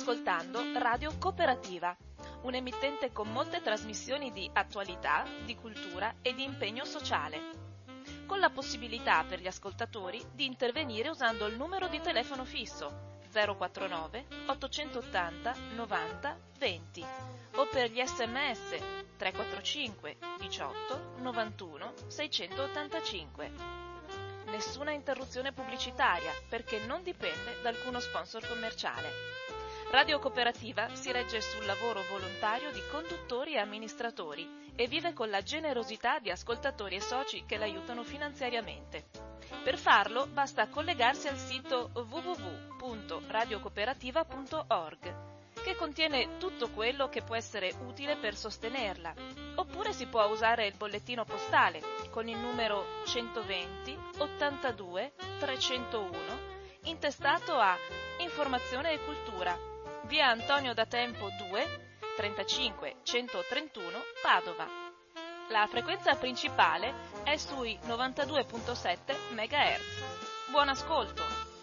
ascoltando Radio Cooperativa, un emittente con molte trasmissioni di attualità, di cultura e di impegno sociale, con la possibilità per gli ascoltatori di intervenire usando il numero di telefono fisso 049 880 90 20 o per gli sms 345 18 91 685. Nessuna interruzione pubblicitaria perché non dipende da alcuno sponsor commerciale. Radio Cooperativa si regge sul lavoro volontario di conduttori e amministratori e vive con la generosità di ascoltatori e soci che l'aiutano finanziariamente. Per farlo basta collegarsi al sito www.radiocooperativa.org, che contiene tutto quello che può essere utile per sostenerla, oppure si può usare il bollettino postale con il numero 120 82 301 intestato a Informazione e Cultura, via Antonio da Tempo 2 35 131 Padova. La frequenza principale è sui 92.7 MHz. Buon ascolto!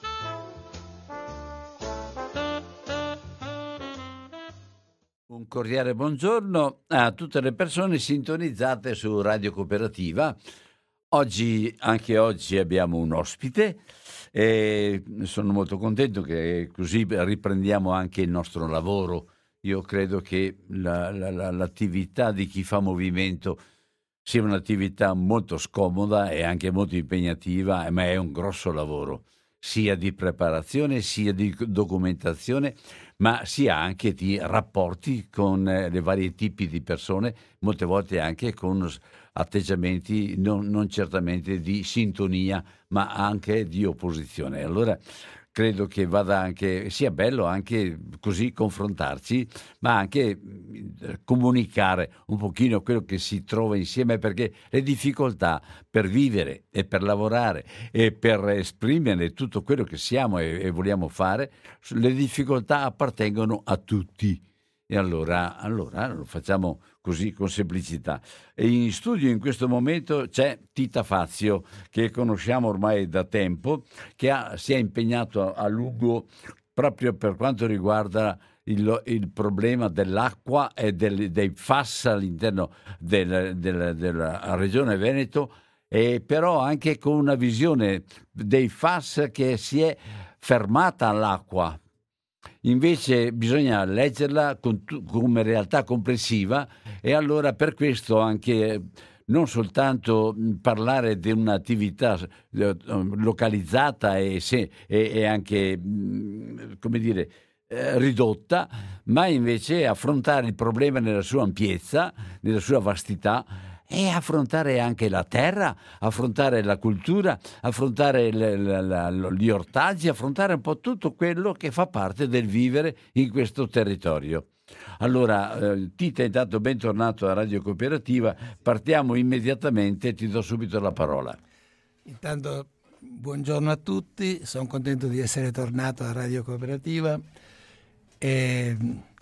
Un cordiale buongiorno a tutte le persone sintonizzate su Radio Cooperativa. Anche oggi abbiamo un ospite e sono molto contento che così riprendiamo anche il nostro lavoro. Io credo che l'attività di chi fa movimento sia un'attività molto scomoda e anche molto impegnativa, ma è un grosso lavoro, sia di preparazione, sia di documentazione, ma sia anche di rapporti con le varie tipi di persone, molte volte anche con atteggiamenti non certamente di sintonia, ma anche di opposizione. Allora credo che sia bello anche così confrontarci, ma anche comunicare un pochino quello che si trova insieme, perché le difficoltà per vivere e per lavorare e per esprimere tutto quello che siamo e vogliamo fare, le difficoltà appartengono a tutti. E allora lo facciamo così con semplicità. E in studio in questo momento c'è Tita Fazio, che conosciamo ormai da tempo, che si è impegnato a lungo proprio per quanto riguarda il problema dell'acqua e dei FAS all'interno della regione Veneto, e però anche con una visione dei FAS che si è fermata all'acqua. Invece bisogna leggerla come realtà complessiva, e allora per questo anche non soltanto parlare di un'attività localizzata e anche come dire ridotta, ma invece affrontare il problema nella sua ampiezza, nella sua vastità, e affrontare anche la terra, affrontare la cultura, affrontare gli ortaggi, affrontare un po' tutto quello che fa parte del vivere in questo territorio. Allora, Tita, intanto bentornato a Radio Cooperativa, partiamo immediatamente, ti do subito la parola. Intanto buongiorno a tutti, sono contento di essere tornato a Radio Cooperativa e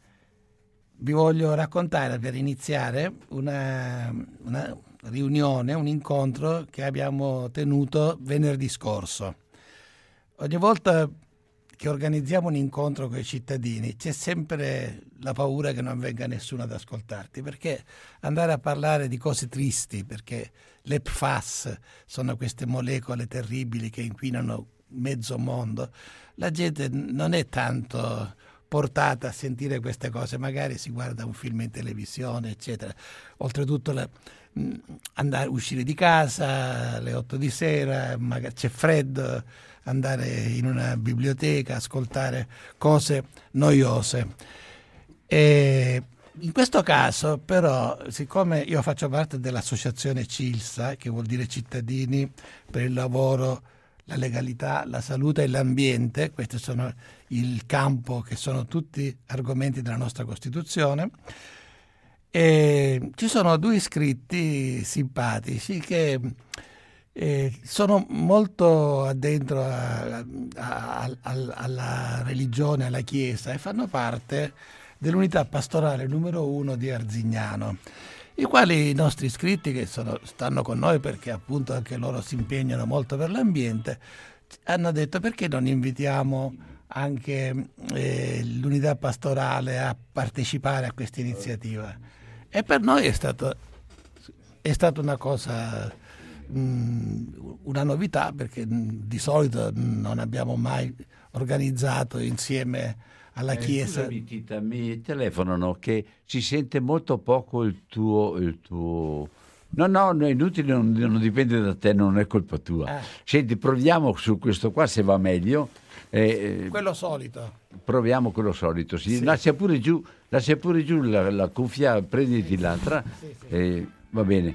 vi voglio raccontare, per iniziare, una riunione, un incontro che abbiamo tenuto venerdì scorso. Ogni volta che organizziamo un incontro con i cittadini c'è sempre la paura che non venga nessuno ad ascoltarti, perché andare a parlare di cose tristi, perché le PFAS sono queste molecole terribili che inquinano mezzo mondo, la gente non è tanto portata a sentire queste cose, magari si guarda un film in televisione, eccetera. Oltretutto uscire di casa alle 8 di sera, magari c'è freddo, andare in una biblioteca, ascoltare cose noiose. E in questo caso però, siccome io faccio parte dell'associazione CILSA, che vuol dire Cittadini per il Lavoro, la Legalità, la Salute e l'Ambiente, questi sono il campo che sono tutti argomenti della nostra Costituzione, e ci sono due iscritti simpatici che sono molto addentro alla religione, alla Chiesa, e fanno parte dell'unità pastorale numero 1 di Arzignano, i quali i nostri iscritti, che stanno con noi perché appunto anche loro si impegnano molto per l'ambiente, hanno detto: perché non invitiamo anche l'unità pastorale a partecipare a questa iniziativa. E per noi è stata una cosa, una novità, perché di solito non abbiamo mai organizzato insieme alla Chiesa. Scusami, Tita, mi telefonano che si sente molto poco il tuo... No, è inutile, non dipende da te, non è colpa tua. Senti, proviamo su questo qua se va meglio. Quello solito. Proviamo quello solito, sì. Sì. Lascia pure giù la cuffia, prenditi l'altra. Sì. Va bene.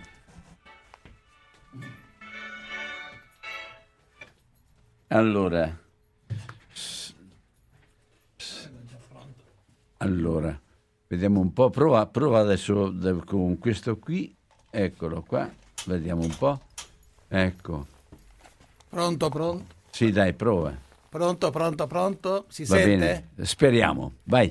Allora, vediamo un po', prova adesso con questo qui, eccolo qua, vediamo un po', ecco. Pronto? Sì, dai, prova. Pronto, si Va sente? Bene. Speriamo, vai.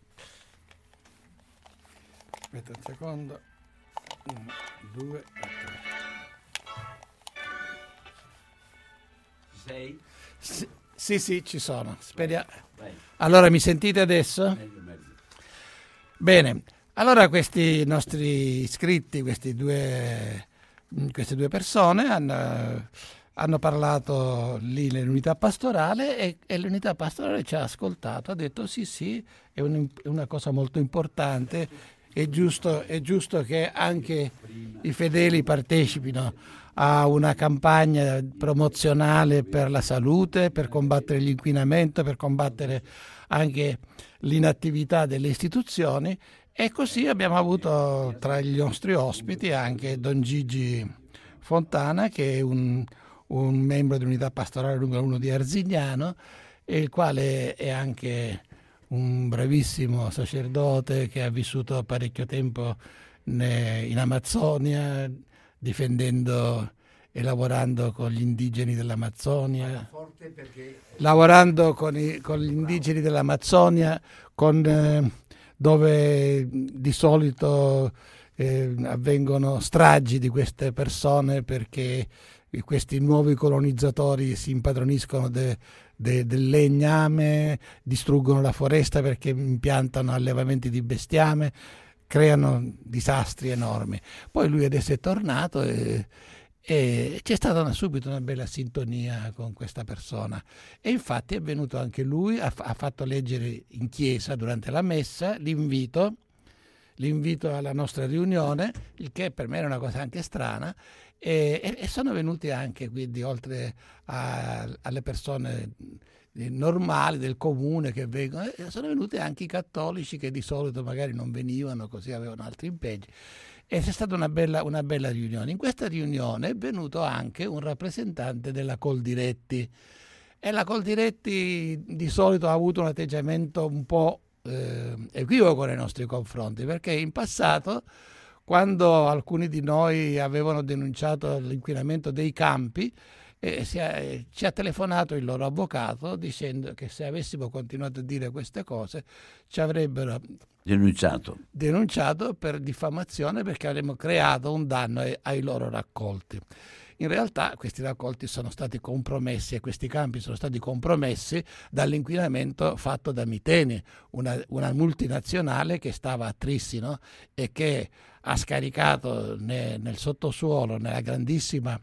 Aspetta un secondo, 1, 2 e 3. Sei? Sì, ci sono. Allora, mi sentite adesso? Meglio. Bene, allora questi nostri iscritti, queste due persone hanno parlato lì nell'unità pastorale e l'unità pastorale ci ha ascoltato, ha detto sì, è una cosa molto importante, è giusto che anche i fedeli partecipino a una campagna promozionale per la salute, per combattere l'inquinamento, per combattere anche l'inattività delle istituzioni, e così abbiamo avuto tra gli nostri ospiti anche Don Gigi Fontana, che è un membro dell'unità pastorale numero 1 di Arzignano, e il quale è anche un bravissimo sacerdote che ha vissuto parecchio tempo in Amazzonia, difendendo e lavorando con gli indigeni dell'Amazzonia, lavorando con gli indigeni dell'Amazzonia, dove di solito avvengono stragi di queste persone, perché questi nuovi colonizzatori si impadroniscono del legname, distruggono la foresta perché impiantano allevamenti di bestiame, creano disastri enormi. Poi lui adesso è tornato e c'è stata subito una bella sintonia con questa persona, e infatti è venuto anche lui, ha fatto leggere in chiesa durante la messa l'invito alla nostra riunione, il che per me era una cosa anche strana, e sono venuti anche, quindi, oltre alle persone normali del comune che vengono, sono venuti anche i cattolici che di solito magari non venivano, così avevano altri impegni, e c'è stata una bella riunione. In questa riunione è venuto anche un rappresentante della Coldiretti, e la Coldiretti di solito ha avuto un atteggiamento un po' equivoco nei nostri confronti, perché in passato, quando alcuni di noi avevano denunciato l'inquinamento dei campi, ci ha telefonato il loro avvocato dicendo che se avessimo continuato a dire queste cose ci avrebbero denunciato per diffamazione, perché avremmo creato un danno ai loro raccolti. In realtà questi raccolti sono stati compromessi, e questi campi sono stati compromessi dall'inquinamento fatto da Miteni, una multinazionale che stava a Trissino e che ha scaricato nel sottosuolo, nella grandissima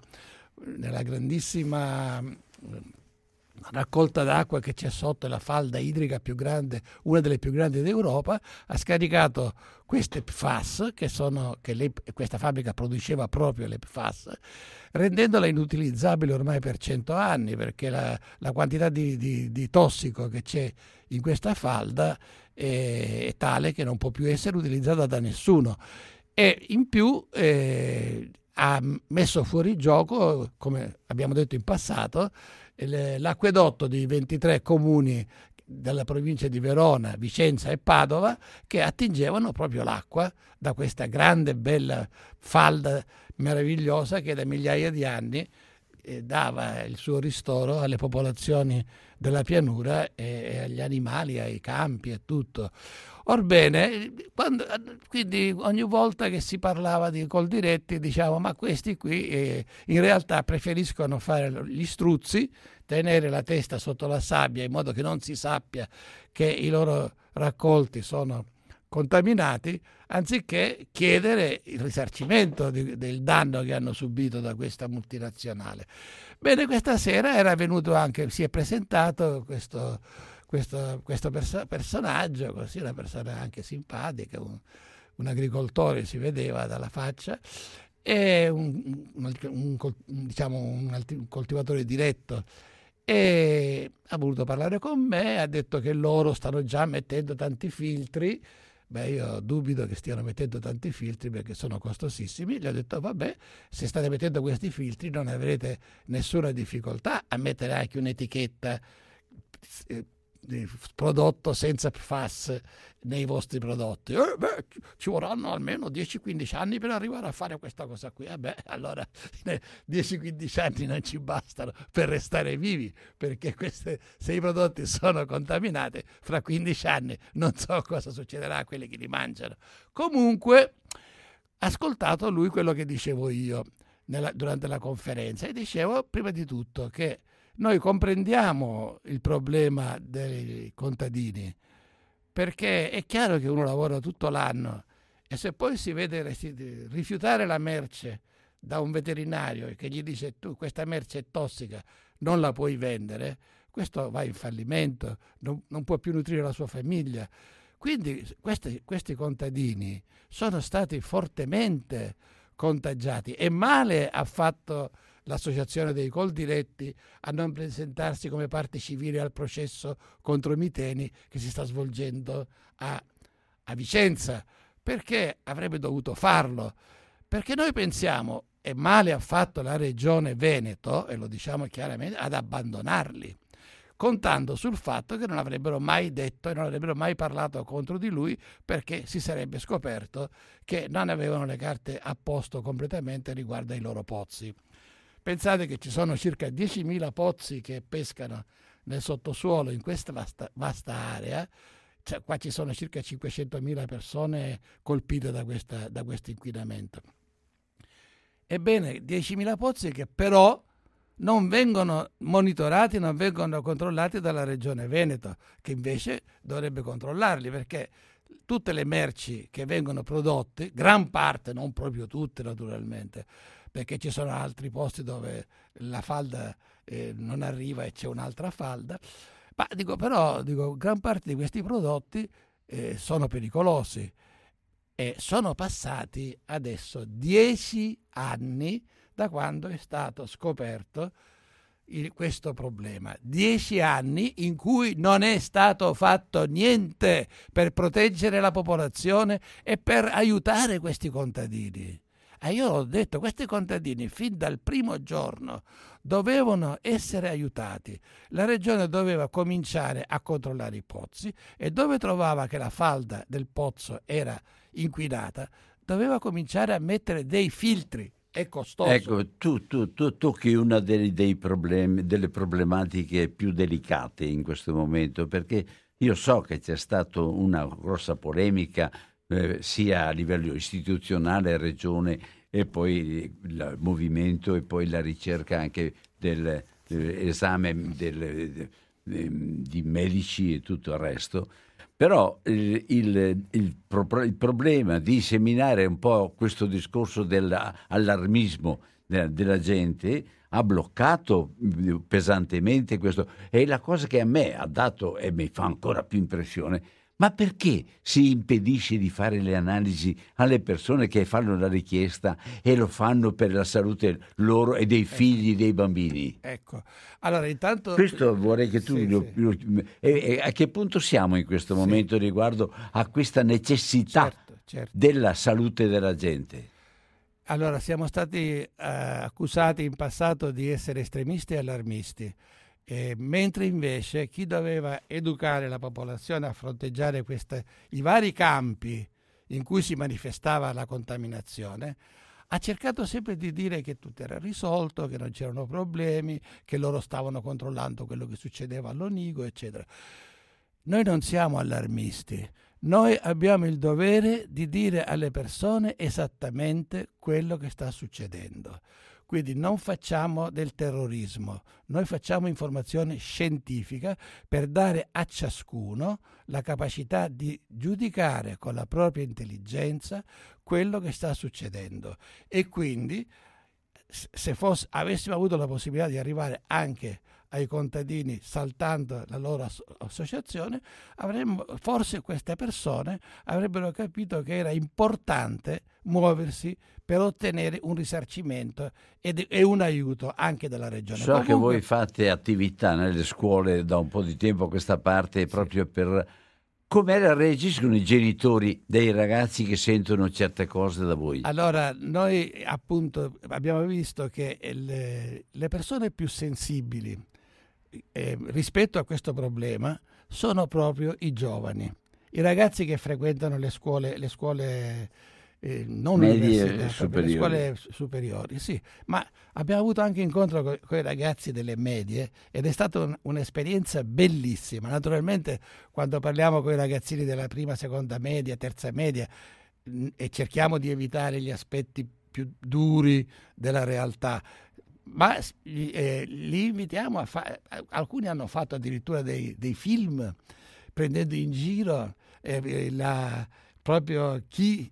raccolta d'acqua che c'è sotto, la falda idrica più grande, una delle più grandi d'Europa, ha scaricato queste PFAS che questa fabbrica produceva proprio le PFAS, rendendola inutilizzabile ormai per 100 anni, perché la quantità di tossico che c'è in questa falda è tale che non può più essere utilizzata da nessuno, e in più ha messo fuori gioco, come abbiamo detto in passato, l'acquedotto di 23 comuni della provincia di Verona, Vicenza e Padova, che attingevano proprio l'acqua da questa grande bella falda meravigliosa che da migliaia di anni dava il suo ristoro alle popolazioni della pianura e agli animali, ai campi e tutto. Orbene, quindi ogni volta che si parlava di Coldiretti diciamo ma questi qui in realtà preferiscono fare gli struzzi, tenere la testa sotto la sabbia in modo che non si sappia che i loro raccolti sono contaminati, anziché chiedere il risarcimento del danno che hanno subito da questa multinazionale. Bene, questa sera era venuto anche, si è presentato questo personaggio, così, una persona anche simpatica, un agricoltore si vedeva dalla faccia, e un coltivatore diretto, e ha voluto parlare con me, ha detto che loro stanno già mettendo tanti filtri. Beh, io dubito che stiano mettendo tanti filtri perché sono costosissimi. Gli ho detto vabbè, se state mettendo questi filtri non avrete nessuna difficoltà a mettere anche un'etichetta di prodotto senza PFAS nei vostri prodotti. Ci vorranno almeno 10-15 anni per arrivare a fare questa cosa qui. Allora 10-15 anni non ci bastano per restare vivi, perché se i prodotti sono contaminati, fra 15 anni non so cosa succederà a quelli che li mangiano. Comunque, ascoltato lui quello che dicevo io durante la conferenza, e dicevo prima di tutto che noi comprendiamo il problema dei contadini, perché è chiaro che uno lavora tutto l'anno e se poi si vede rifiutare la merce da un veterinario che gli dice tu questa merce è tossica, non la puoi vendere, questo va in fallimento, non può più nutrire la sua famiglia. Quindi questi contadini sono stati fortemente contagiati, e male ha fatto l'associazione dei Coldiretti a non presentarsi come parte civile al processo contro Miteni che si sta svolgendo a Vicenza, perché avrebbe dovuto farlo, perché noi pensiamo, e male ha fatto la regione Veneto, e lo diciamo chiaramente, ad abbandonarli, contando sul fatto che non avrebbero mai detto e non avrebbero mai parlato contro di lui, perché si sarebbe scoperto che non avevano le carte a posto completamente riguardo ai loro pozzi. Pensate che ci sono circa 10.000 pozzi che pescano nel sottosuolo in questa vasta area, cioè, qua ci sono circa 500.000 persone colpite da questo inquinamento. Ebbene, 10.000 pozzi che però non vengono monitorati, non vengono controllati dalla Regione Veneto, che invece dovrebbe controllarli, perché tutte le merci che vengono prodotte, gran parte, non proprio tutte naturalmente, perché ci sono altri posti dove la falda non arriva e c'è un'altra falda, ma gran parte di questi prodotti sono pericolosi, e sono passati adesso 10 anni da quando è stato scoperto questo problema. 10 anni in cui non è stato fatto niente per proteggere la popolazione e per aiutare questi contadini. E io ho detto, questi contadini fin dal primo giorno dovevano essere aiutati. La regione doveva cominciare a controllare i pozzi, e dove trovava che la falda del pozzo era inquinata doveva cominciare a mettere dei filtri. È costoso. Ecco, tu tocchi una dei problemi, delle problematiche più delicate in questo momento, perché io so che c'è stata una grossa polemica sia a livello istituzionale, regione, e poi il movimento, e poi la ricerca anche dell'esame di medici e tutto il resto. Però il problema di seminare un po' questo discorso dell'allarmismo della gente ha bloccato pesantemente questo. E la cosa che a me ha dato e mi fa ancora più impressione: ma perché si impedisce di fare le analisi alle persone che fanno la richiesta e lo fanno per la salute loro e dei figli dei bambini? Ecco, allora intanto... Questo vorrei che tu... a che punto siamo in questo momento riguardo a questa necessità della salute della gente? Allora, siamo stati accusati in passato di essere estremisti e allarmisti. Mentre invece chi doveva educare la popolazione a fronteggiare i vari campi in cui si manifestava la contaminazione ha cercato sempre di dire che tutto era risolto, che non c'erano problemi, che loro stavano controllando quello che succedeva all'Onigo, eccetera. Noi non siamo allarmisti, noi abbiamo il dovere di dire alle persone esattamente quello che sta succedendo. Quindi non facciamo del terrorismo, noi facciamo informazione scientifica per dare a ciascuno la capacità di giudicare con la propria intelligenza quello che sta succedendo. E quindi se avessimo avuto la possibilità di arrivare anche ai contadini saltando la loro associazione, forse queste persone avrebbero capito che era importante muoversi per ottenere un risarcimento e un aiuto anche dalla regione. So che voi fate attività nelle scuole da un po' di tempo a questa parte proprio per come reagiscono i genitori dei ragazzi che sentono certe cose da voi. Allora, noi appunto abbiamo visto che le persone più sensibili rispetto a questo sono proprio i giovani, i ragazzi che frequentano le scuole non medie superiori. Le scuole superiori, sì, ma abbiamo avuto anche incontro con i ragazzi delle medie ed è stata un'esperienza bellissima. Naturalmente quando parliamo con i ragazzini della prima, seconda media, terza media e cerchiamo di evitare gli aspetti più duri della realtà, ma li invitiamo a fare. Alcuni hanno fatto addirittura dei film prendendo in giro proprio chi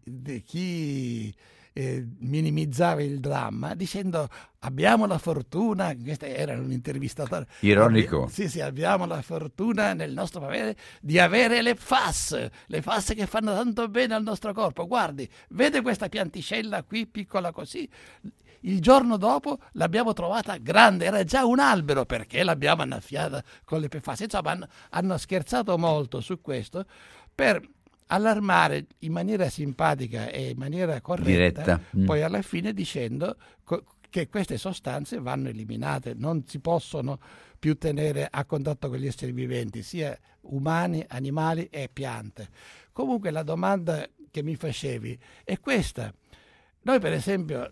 minimizzava il dramma, dicendo abbiamo la fortuna, questo era un intervistatore ironico, sì, abbiamo la fortuna nel nostro paese di avere le FAS che fanno tanto bene al nostro corpo, guardi, vede questa pianticella qui piccola così, il giorno dopo l'abbiamo trovata grande, era già un albero perché l'abbiamo annaffiata con le FAS. Insomma, hanno scherzato molto su questo per allarmare in maniera simpatica e in maniera corretta, poi alla fine dicendo che queste sostanze vanno eliminate, non si possono più tenere a contatto con gli esseri viventi, sia umani, animali e piante. Comunque la domanda che mi facevi è questa. Noi per esempio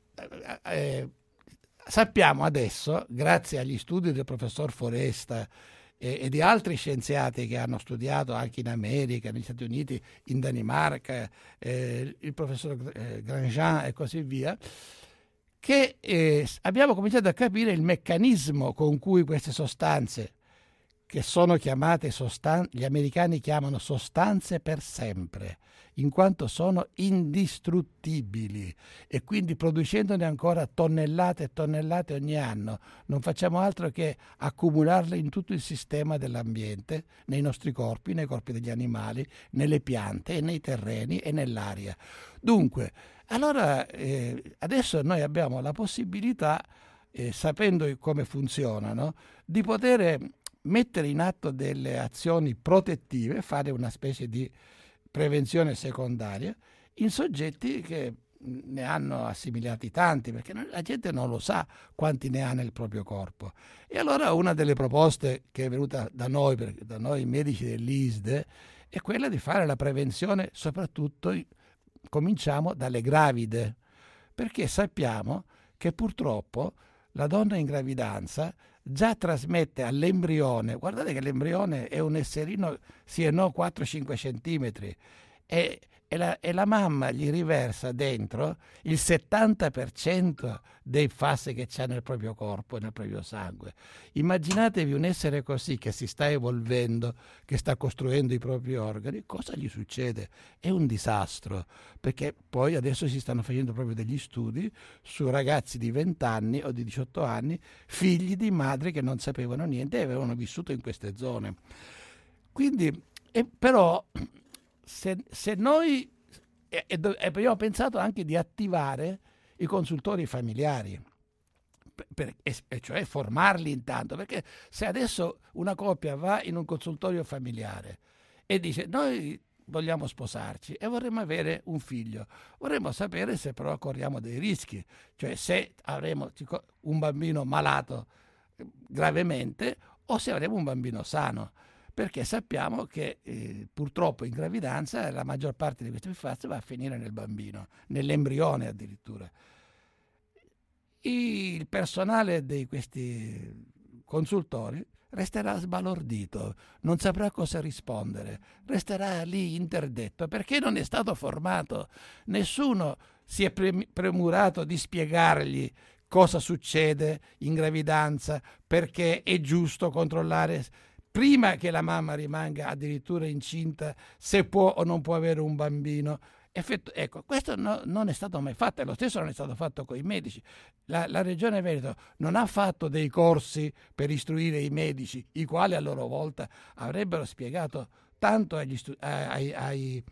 sappiamo adesso, grazie agli studi del professor Foresta e di altri scienziati che hanno studiato anche in America, negli Stati Uniti, in Danimarca, il professor Grandjean e così via, che abbiamo cominciato a capire il meccanismo con cui queste sostanze, che sono chiamate gli americani chiamano sostanze per sempre, in quanto sono indistruttibili e quindi producendone ancora tonnellate e tonnellate ogni anno, non facciamo altro che accumularle in tutto il sistema dell'ambiente, nei nostri corpi, nei corpi degli animali, nelle piante, nei terreni e nell'aria. Dunque, allora adesso noi abbiamo la possibilità, sapendo come funzionano, di poter mettere in atto delle azioni protettive, fare una specie di prevenzione secondaria in soggetti che ne hanno assimilati tanti, perché la gente non lo sa quanti ne ha nel proprio corpo. E allora una delle proposte che è venuta da noi medici dell'ISDE, è quella di fare la prevenzione, soprattutto cominciamo dalle gravide, perché sappiamo che purtroppo la donna in gravidanza già trasmette all'embrione, guardate che l'embrione è un esserino, sì e no, 4-5 centimetri, e la mamma gli riversa dentro il 70% dei FAS che c'ha nel proprio corpo e nel proprio sangue. Immaginatevi un essere così che si sta evolvendo, che sta costruendo i propri organi, cosa gli succede? È un disastro, perché poi adesso si stanno facendo proprio degli studi su ragazzi di 20 anni o di 18 anni, figli di madri che non sapevano niente e avevano vissuto in queste zone. Quindi, però, se noi abbiamo pensato anche di attivare i consultori familiari, e cioè formarli intanto, perché se adesso una coppia va in un consultorio familiare e dice noi vogliamo sposarci e vorremmo avere un figlio, vorremmo sapere se però corriamo dei rischi, cioè se avremo un bambino malato gravemente o se avremo un bambino sano. perché sappiamo che purtroppo in gravidanza la maggior parte di queste PFAS va a finire nel bambino, nell'embrione addirittura. Il personale di questi consultori resterà sbalordito, non saprà cosa rispondere, resterà lì interdetto perché non è stato formato. Nessuno si è premurato di spiegargli cosa succede in gravidanza, perché è giusto controllare prima che la mamma rimanga addirittura incinta se può o non può avere un bambino. Ecco, questo non è stato mai fatto, e lo stesso non è stato fatto con i medici. La Regione Veneto non ha fatto dei corsi per istruire i medici, i quali a loro volta avrebbero spiegato tanto ai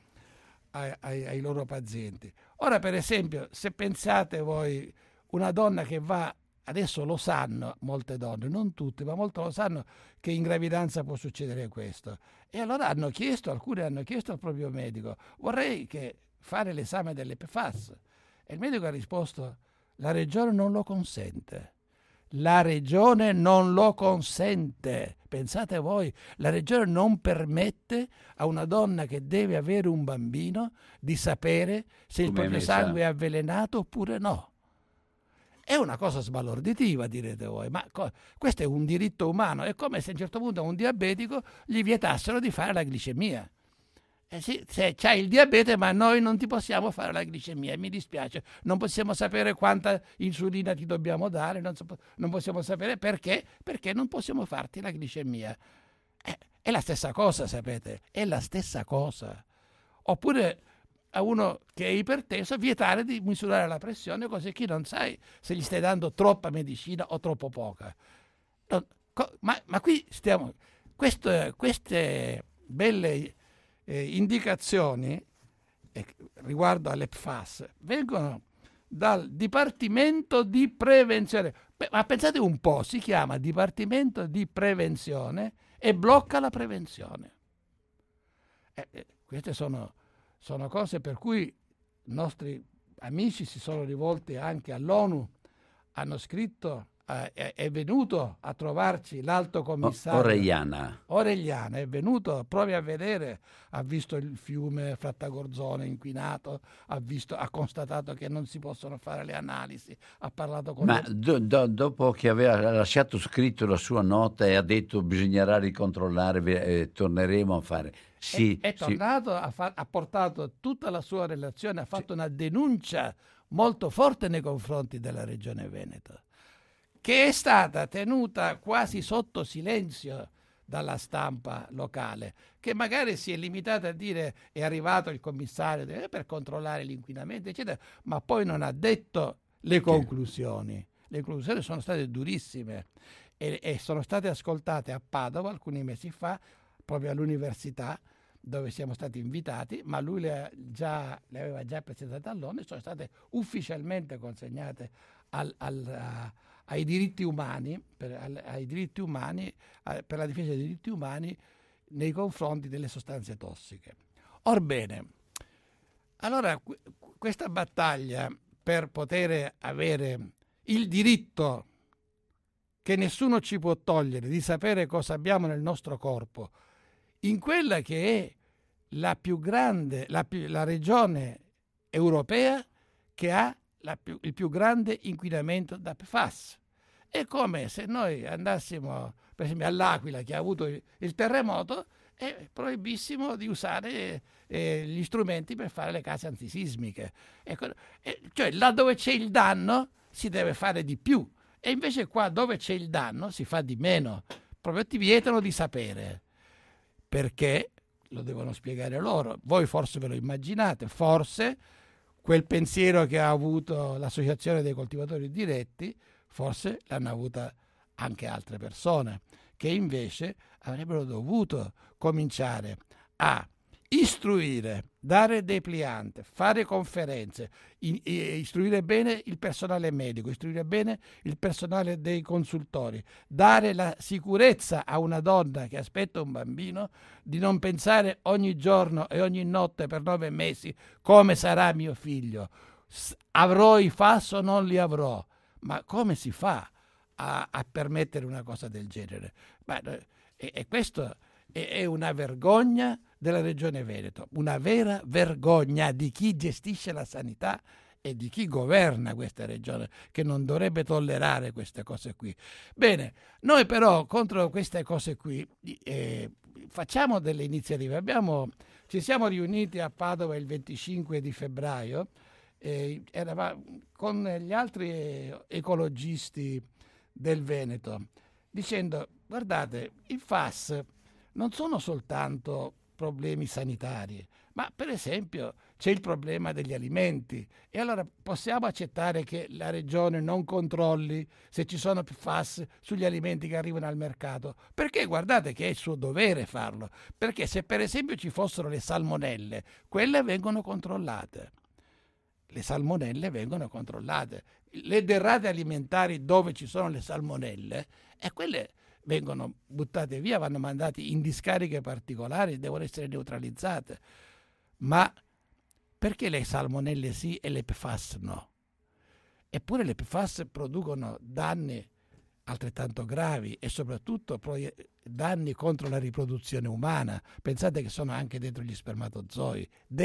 loro pazienti. Ora, per esempio, se pensate voi, una donna che va, adesso lo sanno molte donne, non tutte, ma molte lo sanno che in gravidanza può succedere questo. E allora alcune hanno chiesto al proprio medico: vorrei fare l'esame delle PFAS. E il medico ha risposto: la Regione non lo consente. La Regione non lo consente. Pensate voi, la Regione non permette a una donna che deve avere un bambino di sapere se il proprio sangue è avvelenato oppure no. È una cosa sbalorditiva, direte voi, ma questo è un diritto umano. È come se a un certo punto a un diabetico gli vietassero di fare la glicemia. Sì, se c'hai il diabete, ma noi non ti possiamo fare la glicemia, mi dispiace, non possiamo sapere quanta insulina ti dobbiamo dare, non possiamo sapere perché non possiamo farti la glicemia. È la stessa cosa, sapete, è la stessa cosa. Oppure a uno che è iperteso vietare di misurare la pressione, così che non sai se gli stai dando troppa medicina o troppo poca. Ma qui stiamo... Queste belle indicazioni riguardo alle PFAS vengono dal Dipartimento di Prevenzione. Ma pensate un po', si chiama Dipartimento di Prevenzione e blocca la prevenzione. Queste sono cose per cui i nostri amici si sono rivolti anche all'ONU, hanno scritto, è venuto a trovarci l'alto commissario Orellana, è venuto, provi a vedere, ha visto il fiume Frattagorzone inquinato, ha constatato che non si possono fare le analisi, ha parlato con... Ma dopo che aveva lasciato scritto la sua nota e ha detto bisognerà ricontrollare, torneremo a fare... Sì, è tornato, ha portato tutta la sua relazione, ha fatto una denuncia molto forte nei confronti della Regione Veneto, che è stata tenuta quasi sotto silenzio dalla stampa locale, che magari si è limitata a dire è arrivato il commissario per controllare l'inquinamento, eccetera, ma poi non ha detto le conclusioni. Le conclusioni sono state durissime e sono state ascoltate a Padova alcuni mesi fa, proprio all'università, dove siamo stati invitati, ma lui le aveva già presentate all'ONU e sono state ufficialmente consegnate ai diritti umani, per la difesa dei diritti umani nei confronti delle sostanze tossiche. Orbene, allora questa battaglia per poter avere il diritto che nessuno ci può togliere di sapere cosa abbiamo nel nostro corpo, in quella che è la più grande, la regione europea che ha il più grande inquinamento da PFAS. È come se noi andassimo, per esempio, all'Aquila, che ha avuto il terremoto, è proibissimo di usare gli strumenti per fare le case antisismiche. Cioè, là dove c'è il danno si deve fare di più, e invece qua dove c'è il danno si fa di meno. Proprio ti vietano di sapere. Perché lo devono spiegare loro. Voi forse ve lo immaginate, forse quel pensiero che ha avuto l'Associazione dei coltivatori diretti, forse l'hanno avuta anche altre persone, che invece avrebbero dovuto cominciare a istruire, dare depliant, fare conferenze, istruire bene il personale medico, istruire bene il personale dei consultori, dare la sicurezza a una donna che aspetta un bambino di non pensare ogni giorno e ogni notte per 9 mesi come sarà mio figlio, avrò i FAS o non li avrò. Ma come si fa a permettere una cosa del genere? E questo è una vergogna della Regione Veneto, una vera vergogna di chi gestisce la sanità e di chi governa questa regione, che non dovrebbe tollerare queste cose qui. Bene, noi però contro queste cose qui facciamo delle iniziative. Ci siamo riuniti a Padova il 25 di febbraio con gli altri ecologisti del Veneto, dicendo: guardate, il FAS non sono soltanto problemi sanitari, ma per esempio c'è il problema degli alimenti, e allora possiamo accettare che la regione non controlli se ci sono PFAS sugli alimenti che arrivano al mercato, perché guardate che è il suo dovere farlo, perché se per esempio ci fossero le salmonelle, quelle vengono controllate. Le salmonelle vengono controllate. Le derrate alimentari dove ci sono le salmonelle, e quelle vengono buttate via, vanno mandati in discariche particolari, devono essere neutralizzate. Ma perché le salmonelle sì e le PFAS no? Eppure le PFAS producono danni altrettanto gravi e soprattutto danni contro la riproduzione umana. Pensate che sono anche dentro gli spermatozoi,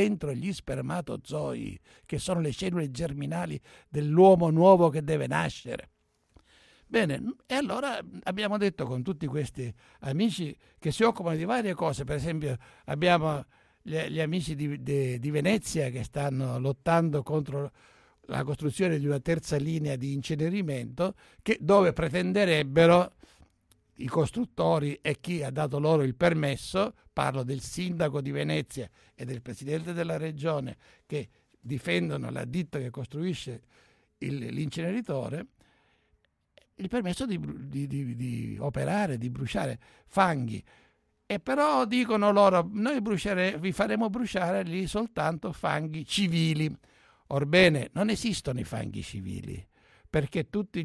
che sono le cellule germinali dell'uomo nuovo che deve nascere. Bene, e allora abbiamo detto con tutti questi amici che si occupano di varie cose, per esempio abbiamo gli amici di Venezia che stanno lottando contro la costruzione di una terza linea di incenerimento, dove pretenderebbero i costruttori e chi ha dato loro il permesso, parlo del sindaco di Venezia e del presidente della regione, che difendono la ditta che costruisce l'inceneritore, il permesso di operare, di bruciare fanghi. E però dicono loro: noi vi faremo bruciare lì soltanto fanghi civili. Orbene, non esistono i fanghi civili, perché tutti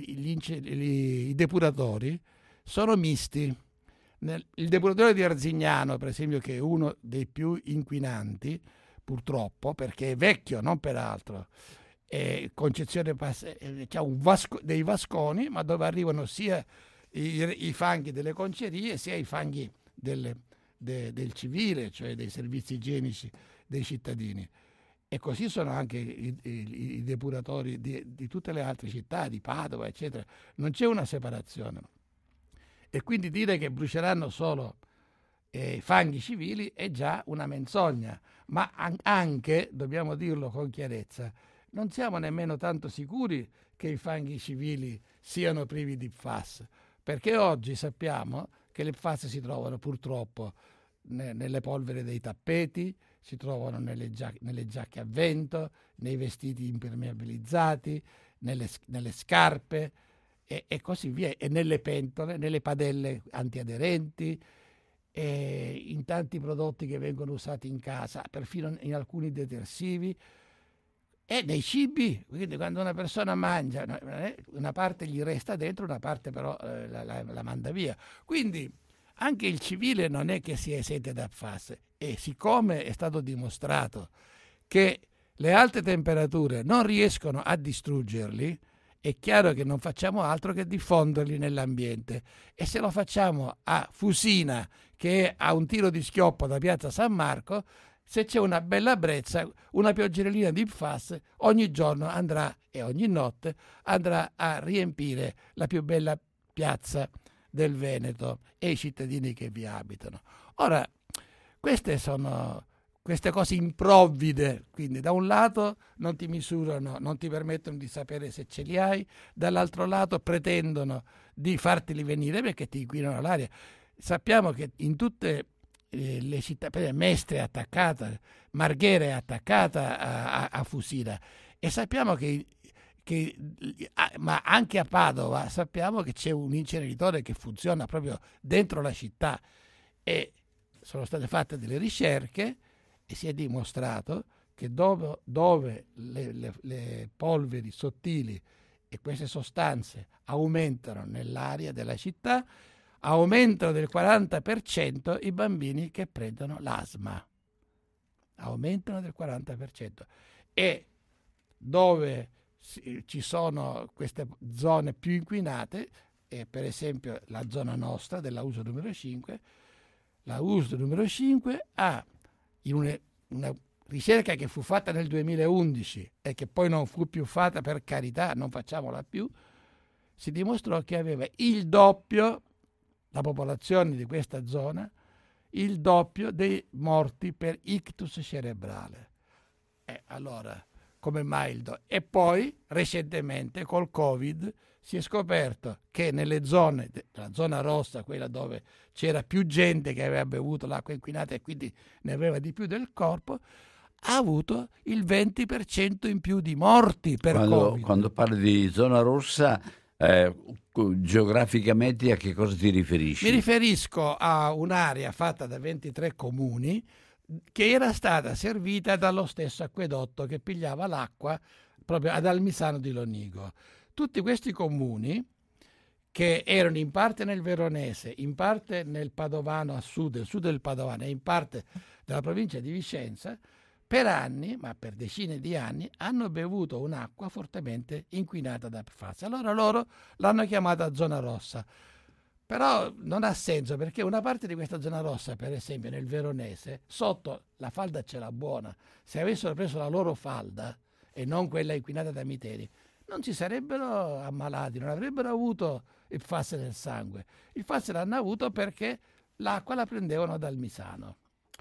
i depuratori sono misti. Il depuratore di Arzignano, per esempio, che è uno dei più inquinanti, purtroppo, perché è vecchio, non per altro, Concezione c'ha dei vasconi, ma dove arrivano sia i fanghi delle concerie sia i fanghi del civile, cioè dei servizi igienici dei cittadini. E così sono anche i depuratori di tutte le altre città, di Padova, eccetera. Non c'è una separazione. E quindi dire che bruceranno solo fanghi civili è già una menzogna. Ma anche, dobbiamo dirlo con chiarezza, non siamo nemmeno tanto sicuri che i fanghi civili siano privi di PFAS, perché oggi sappiamo che le PFAS si trovano purtroppo nelle polvere dei tappeti, si trovano nelle giacche a vento, nei vestiti impermeabilizzati, nelle scarpe e così via, e nelle pentole, nelle padelle antiaderenti, e in tanti prodotti che vengono usati in casa, perfino in alcuni detersivi. E nei cibi, quindi quando una persona mangia, una parte gli resta dentro, una parte però la manda via. Quindi anche il civile non è che sia esente da PFAS, e siccome è stato dimostrato che le alte temperature non riescono a distruggerli, è chiaro che non facciamo altro che diffonderli nell'ambiente. E se lo facciamo a Fusina, che è a un tiro di schioppo da Piazza San Marco, se c'è una bella brezza, una pioggerellina di PFAS ogni giorno e ogni notte andrà a riempire la più bella piazza del Veneto e i cittadini che vi abitano. Ora, queste sono queste cose improvvide, quindi da un lato non ti misurano, non ti permettono di sapere se ce li hai, dall'altro lato pretendono di farteli venire perché ti inquinano l'aria. Sappiamo che in tutte le città, per esempio Mestre è attaccata, Marghera è attaccata a Fusina, e sappiamo ma anche a Padova sappiamo che c'è un inceneritore che funziona proprio dentro la città, e sono state fatte delle ricerche e si è dimostrato che dove le polveri sottili e queste sostanze aumentano nell'aria della città, aumentano del 40% i bambini che prendono l'asma. Aumentano del 40%. E dove ci sono queste zone più inquinate, per esempio la zona nostra della uso numero 5, la USD numero 5 ha, in una ricerca che fu fatta nel 2011 e che poi non fu più fatta, per carità, non facciamola più, si dimostrò che aveva il doppio, la popolazione di questa zona, il doppio dei morti per ictus cerebrale. Allora, come mai E poi, recentemente, col Covid, si è scoperto che nelle zone, la zona rossa, quella dove c'era più gente che aveva bevuto l'acqua inquinata e quindi ne aveva di più del corpo, ha avuto il 20% in più di morti per Covid. Quando parli di zona rossa, geograficamente a che cosa ti riferisci? Mi riferisco a un'area fatta da 23 comuni che era stata servita dallo stesso acquedotto che pigliava l'acqua proprio ad Almisano di Lonigo. Tutti questi comuni, che erano in parte nel Veronese, in parte nel Padovano a sud del Padovano e in parte della provincia di Vicenza, per anni, ma per decine di anni, hanno bevuto un'acqua fortemente inquinata da PFAS. Allora loro l'hanno chiamata zona rossa. Però non ha senso, perché una parte di questa zona rossa, per esempio nel Veronese, sotto la falda ce l'ha buona. Se avessero preso la loro falda e non quella inquinata da miteni, non si sarebbero ammalati, non avrebbero avuto il PFAS nel sangue. Il PFAS l'hanno avuto perché l'acqua la prendevano dal Misano.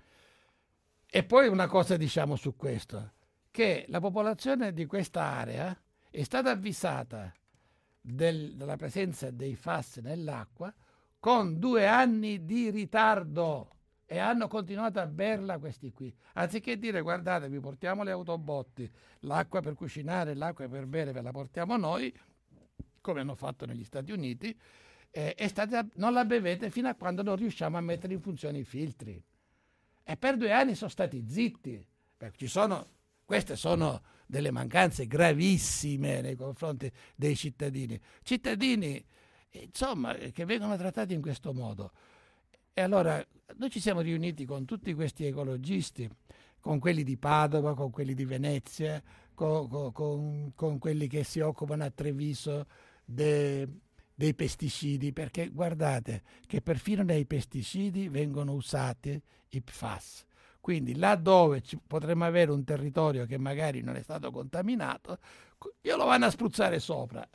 E poi una cosa diciamo su questo, che la popolazione di questa area è stata avvisata della presenza dei PFAS nell'acqua con 2 anni di ritardo e hanno continuato a berla questi qui. Anziché dire guardate, vi portiamo le autobotti, l'acqua per cucinare, l'acqua per bere ve la portiamo noi, come hanno fatto negli Stati Uniti, non la bevete fino a quando non riusciamo a mettere in funzione i filtri. E per 2 anni sono stati zitti. Queste sono delle mancanze gravissime nei confronti dei cittadini. Cittadini, insomma, che vengono trattati in questo modo. E allora noi ci siamo riuniti con tutti questi ecologisti, con quelli di Padova, con quelli di Venezia, con quelli che si occupano a Treviso dei pesticidi, perché guardate che perfino nei pesticidi vengono usati i PFAS. Quindi laddove potremmo avere un territorio che magari non è stato contaminato, glielo vanno a spruzzare sopra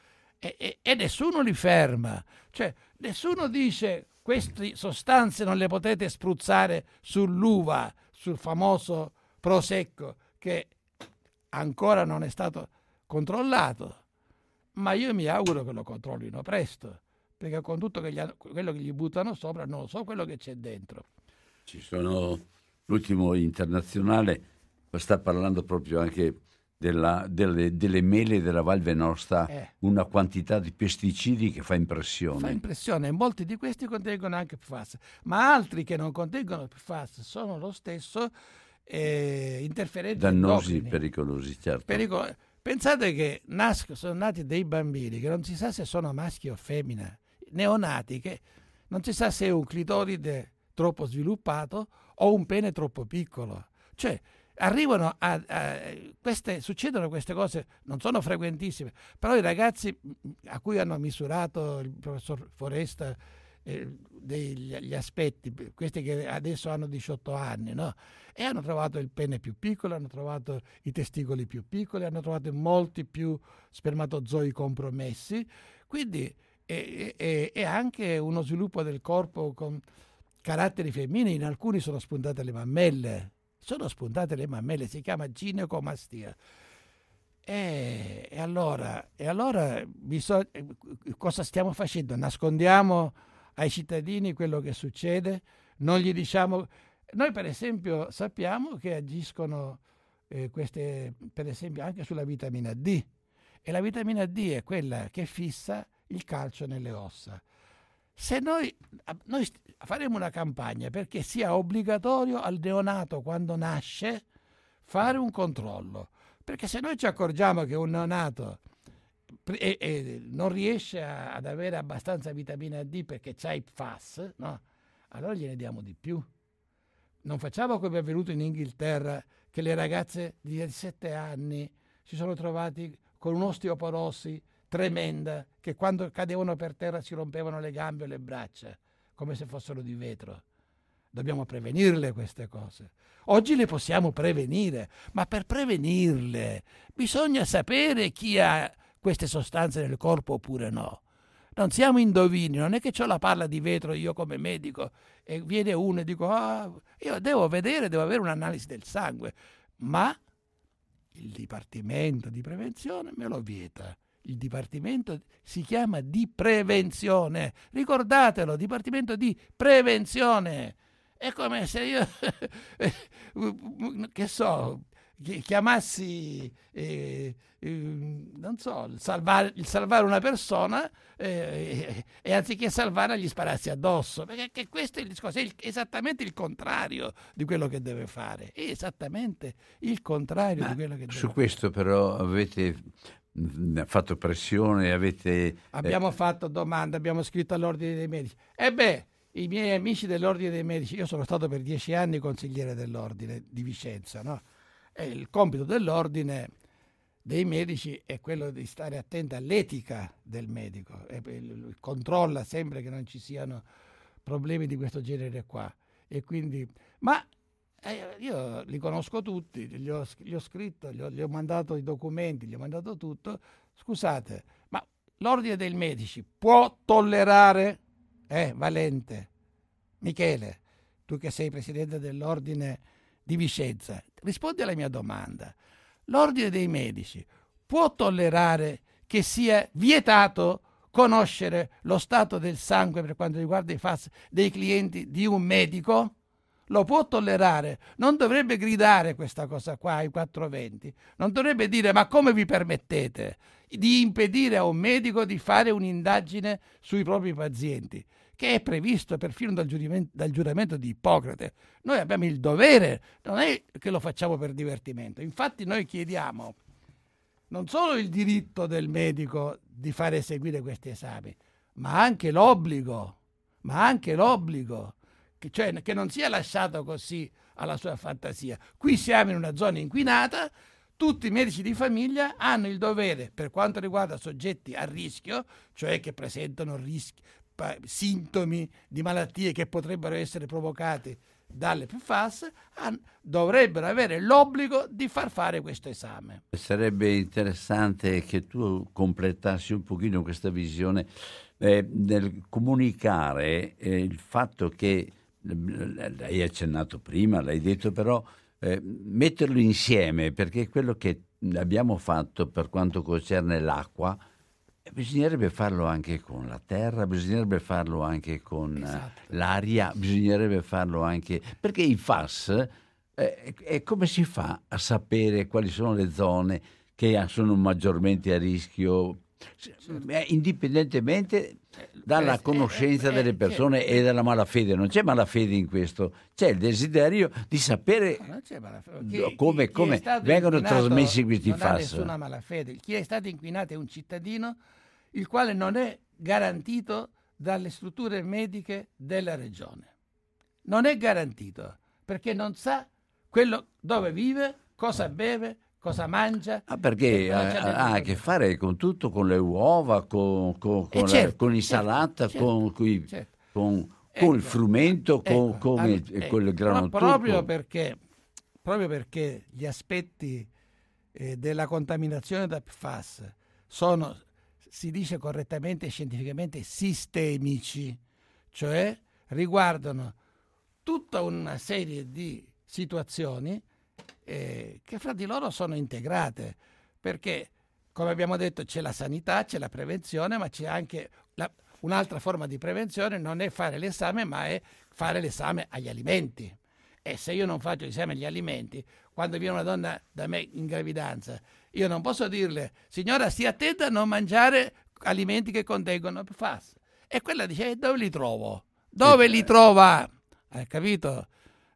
e nessuno li ferma. Cioè nessuno dice queste sostanze non le potete spruzzare sull'uva, sul famoso prosecco che ancora non è stato controllato, ma io mi auguro che lo controllino presto, perché con tutto quello che gli buttano sopra non so quello che c'è dentro. Ci sono, l'ultimo internazionale sta parlando proprio anche delle mele della Val Venosta, una quantità di pesticidi che fa impressione. Fa impressione, e molti di questi contengono anche PFAS, ma altri che non contengono PFAS sono lo stesso interferenti dannosi, endocrini. Pericolosi, certo. Pensate che sono nati dei bambini che non si sa se sono maschi o femmina, neonati, che non si sa se è un clitoride troppo sviluppato o un pene troppo piccolo. Cioè arrivano succedono queste cose, non sono frequentissime, però i ragazzi a cui hanno misurato il professor Foresta degli aspetti, questi che adesso hanno 18 anni, no? E hanno trovato il pene più piccolo, hanno trovato i testicoli più piccoli, hanno trovato molti più spermatozoi compromessi, quindi è anche uno sviluppo del corpo con caratteri femminili. In alcuni sono spuntate le mammelle, si chiama ginecomastia. E allora cosa stiamo facendo? Nascondiamo ai cittadini quello che succede? Non gli diciamo? Noi per esempio sappiamo che agiscono queste, per esempio, anche sulla vitamina D, e la vitamina D è quella che fissa il calcio nelle ossa. Se noi faremo una campagna perché sia obbligatorio al neonato quando nasce fare un controllo, perché se noi ci accorgiamo che un neonato non riesce ad avere abbastanza vitamina D perché c'ha i PFAS, no? Allora gliene diamo di più. Non facciamo come è avvenuto in Inghilterra, che le ragazze di 17 anni si sono trovati con un'osteoporosi tremenda, che quando cadevano per terra si rompevano le gambe o le braccia come se fossero di vetro. dobbiamo prevenirle queste cose. Oggi le possiamo prevenire, ma per prevenirle bisogna sapere chi ha queste sostanze nel corpo oppure no. Non siamo indovini, non è che ho la palla di vetro io come medico e viene uno e dico io devo vedere, devo avere un'analisi del sangue, ma il Dipartimento di Prevenzione me lo vieta. Il Dipartimento si chiama di Prevenzione, ricordatelo, Dipartimento di Prevenzione. È come se io, che so, chiamassi, non so, il salvare una persona e anziché salvare gli sparassi addosso, perché questo è il discorso, è esattamente il contrario di quello che deve fare, è esattamente il contrario di quello che deve fare. Su questo però avete fatto pressione, abbiamo fatto domande, abbiamo scritto all'Ordine dei Medici. I miei amici dell'Ordine dei Medici, io sono stato per 10 anni consigliere dell'Ordine di Vicenza, no? E il compito dell'Ordine dei Medici è quello di stare attento all'etica del medico, e controlla sempre che non ci siano problemi di questo genere qua. E quindi, io li conosco tutti, gli ho scritto, gli ho mandato i documenti, gli ho mandato tutto. Scusate, ma l'Ordine dei Medici può tollerare, Valente, Michele, tu che sei presidente dell'Ordine di Vicenza, rispondi alla mia domanda. L'Ordine dei Medici può tollerare che sia vietato conoscere lo stato del sangue per quanto riguarda i FAS dei clienti di un medico? Lo può tollerare? Non dovrebbe gridare questa cosa qua ai 420, non dovrebbe dire ma come vi permettete di impedire a un medico di fare un'indagine sui propri pazienti, che è previsto perfino dal giuramento di Ippocrate. Noi abbiamo il dovere, non è che lo facciamo per divertimento. Infatti noi chiediamo non solo il diritto del medico di fare eseguire questi esami, ma anche l'obbligo, che non sia lasciato così alla sua fantasia. Qui siamo in una zona inquinata, tutti i medici di famiglia hanno il dovere, per quanto riguarda soggetti a rischio, cioè che presentano sintomi di malattie che potrebbero essere provocati dalle PFAS, dovrebbero avere l'obbligo di far fare questo esame. Sarebbe interessante che tu completassi un pochino questa visione nel comunicare il fatto che l'hai accennato prima, l'hai detto, però metterlo insieme, perché quello che abbiamo fatto per quanto concerne l'acqua bisognerebbe farlo anche con la terra, bisognerebbe farlo anche con l'aria, bisognerebbe farlo anche perché i FAS come si fa a sapere quali sono le zone che sono maggiormente a rischio, indipendentemente dalla conoscenza delle persone e dalla malafede? Non c'è malafede in questo, c'è il desiderio di sapere come vengono trasmessi questi FAS. Non ha nessuna malafede. Chi è stato inquinato è un cittadino il quale non è garantito dalle strutture mediche della regione. Non è garantito perché non sa quello dove vive, cosa beve, cosa mangia. Perché ha a che fare con tutto, con le uova, con l'insalata, con il frumento, con il grano proprio perché gli aspetti della contaminazione da PFAS sono, si dice correttamente e scientificamente, sistemici, cioè riguardano tutta una serie di situazioni che fra di loro sono integrate, perché come abbiamo detto c'è la sanità, c'è la prevenzione, ma c'è anche un'altra forma di prevenzione, non è fare l'esame, ma è fare l'esame agli alimenti. E se io non faccio l'esame agli alimenti, quando viene una donna da me in gravidanza, io non posso dirle: signora, stia attenta a non mangiare alimenti che contengono PFAS. E quella dice: dove li trovo? Dove li trova? Hai capito?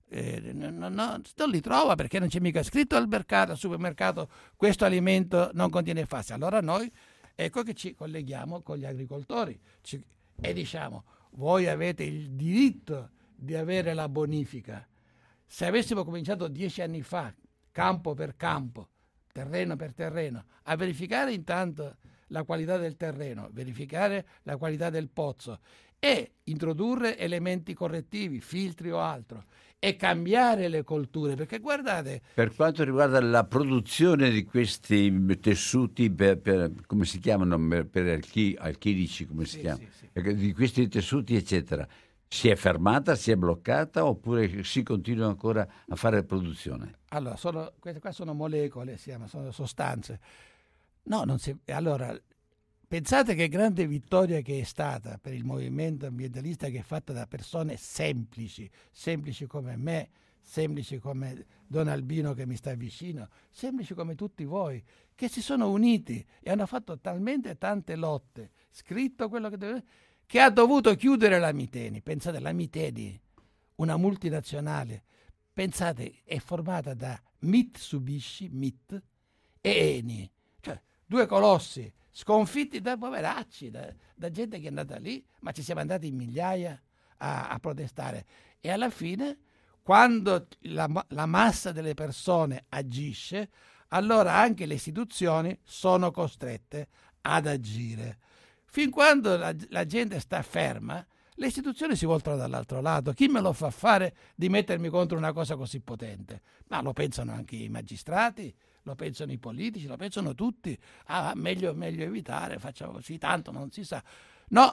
Non li trova perché non c'è mica scritto al supermercato questo alimento non contiene PFAS. Allora noi ecco che ci colleghiamo con gli agricoltori e diciamo: voi avete il diritto di avere la bonifica. Se avessimo cominciato 10 anni fa, campo per campo, terreno per terreno, a verificare intanto la qualità del terreno, verificare la qualità del pozzo e introdurre elementi correttivi, filtri o altro, e cambiare le colture, perché guardate... Per quanto riguarda la produzione di questi tessuti, come si chiamano, per alchilici, come si chiama, di questi tessuti, eccetera, si è fermata, si è bloccata oppure si continua ancora a fare produzione? Allora, queste qua sono molecole, sono sostanze. No, non si... Allora, pensate che grande vittoria che è stata per il movimento ambientalista, che è fatta da persone semplici come me, semplici come Don Albino che mi sta vicino, semplici come tutti voi, che si sono uniti e hanno fatto talmente tante lotte, scritto quello che deve, che ha dovuto chiudere la Miteni. Pensate, la Miteni, una multinazionale, pensate, è formata da Mitsubishi, MIT, e Eni, cioè due colossi sconfitti da poveracci, da gente che è andata lì, ma ci siamo andati in migliaia a protestare. E alla fine, quando la massa delle persone agisce, allora anche le istituzioni sono costrette ad agire. Fin quando la gente sta ferma, le istituzioni si voltano dall'altro lato. Chi me lo fa fare di mettermi contro una cosa così potente? Ma lo pensano anche i magistrati, lo pensano i politici, lo pensano tutti. Meglio evitare, facciamo così, tanto non si sa. No,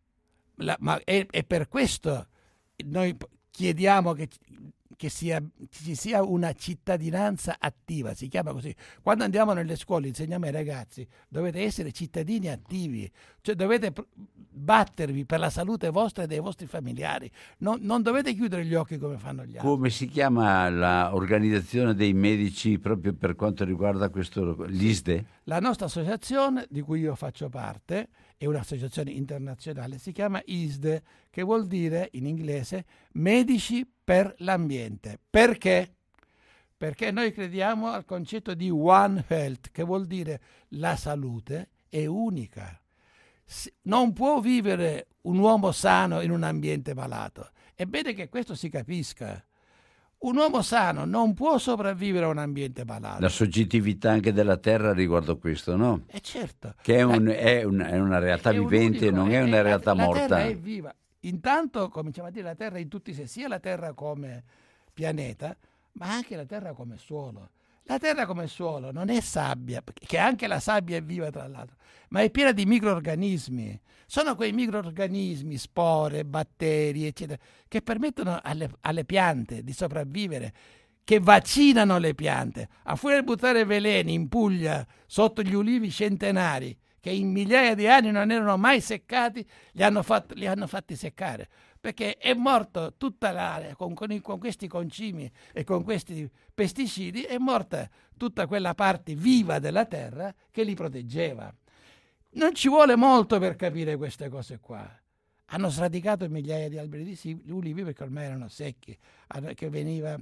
ma è per questo noi chiediamo che ci sia una cittadinanza attiva, si chiama così. Quando andiamo nelle scuole insegniamo ai ragazzi: dovete essere cittadini attivi, cioè dovete battervi per la salute vostra e dei vostri familiari, non dovete chiudere gli occhi come fanno gli altri. Come si chiama l'organizzazione dei medici proprio per quanto riguarda questo, l'ISDE? La nostra associazione, di cui io faccio parte, è un'associazione internazionale, si chiama ISDE, che vuol dire in inglese Medici per l'Ambiente. Perché? Perché noi crediamo al concetto di One Health, che vuol dire la salute è unica. Non può vivere un uomo sano in un ambiente malato. È bene che questo si capisca. Un uomo sano non può sopravvivere a un ambiente malato. La soggettività anche della terra riguardo questo, no? Certo. Che è una realtà vivente, non è una realtà morta. La terra è viva. Intanto cominciamo a dire la terra in tutti i sensi, sia la terra come pianeta, ma anche la terra come suolo. La terra come suolo non è sabbia, che anche la sabbia è viva tra l'altro, ma è piena di microrganismi. Sono quei microrganismi, spore, batteri, eccetera, che permettono alle piante di sopravvivere, che vaccinano le piante. A furia di buttare veleni in Puglia sotto gli ulivi centenari, che in migliaia di anni non erano mai seccati, li hanno fatti seccare, perché è morto tutta l'area con questi concimi e con questi pesticidi, è morta tutta quella parte viva della terra che li proteggeva. Non ci vuole molto per capire queste cose qua. Hanno sradicato migliaia di alberi di ulivi perché ormai erano secchi, che veniva...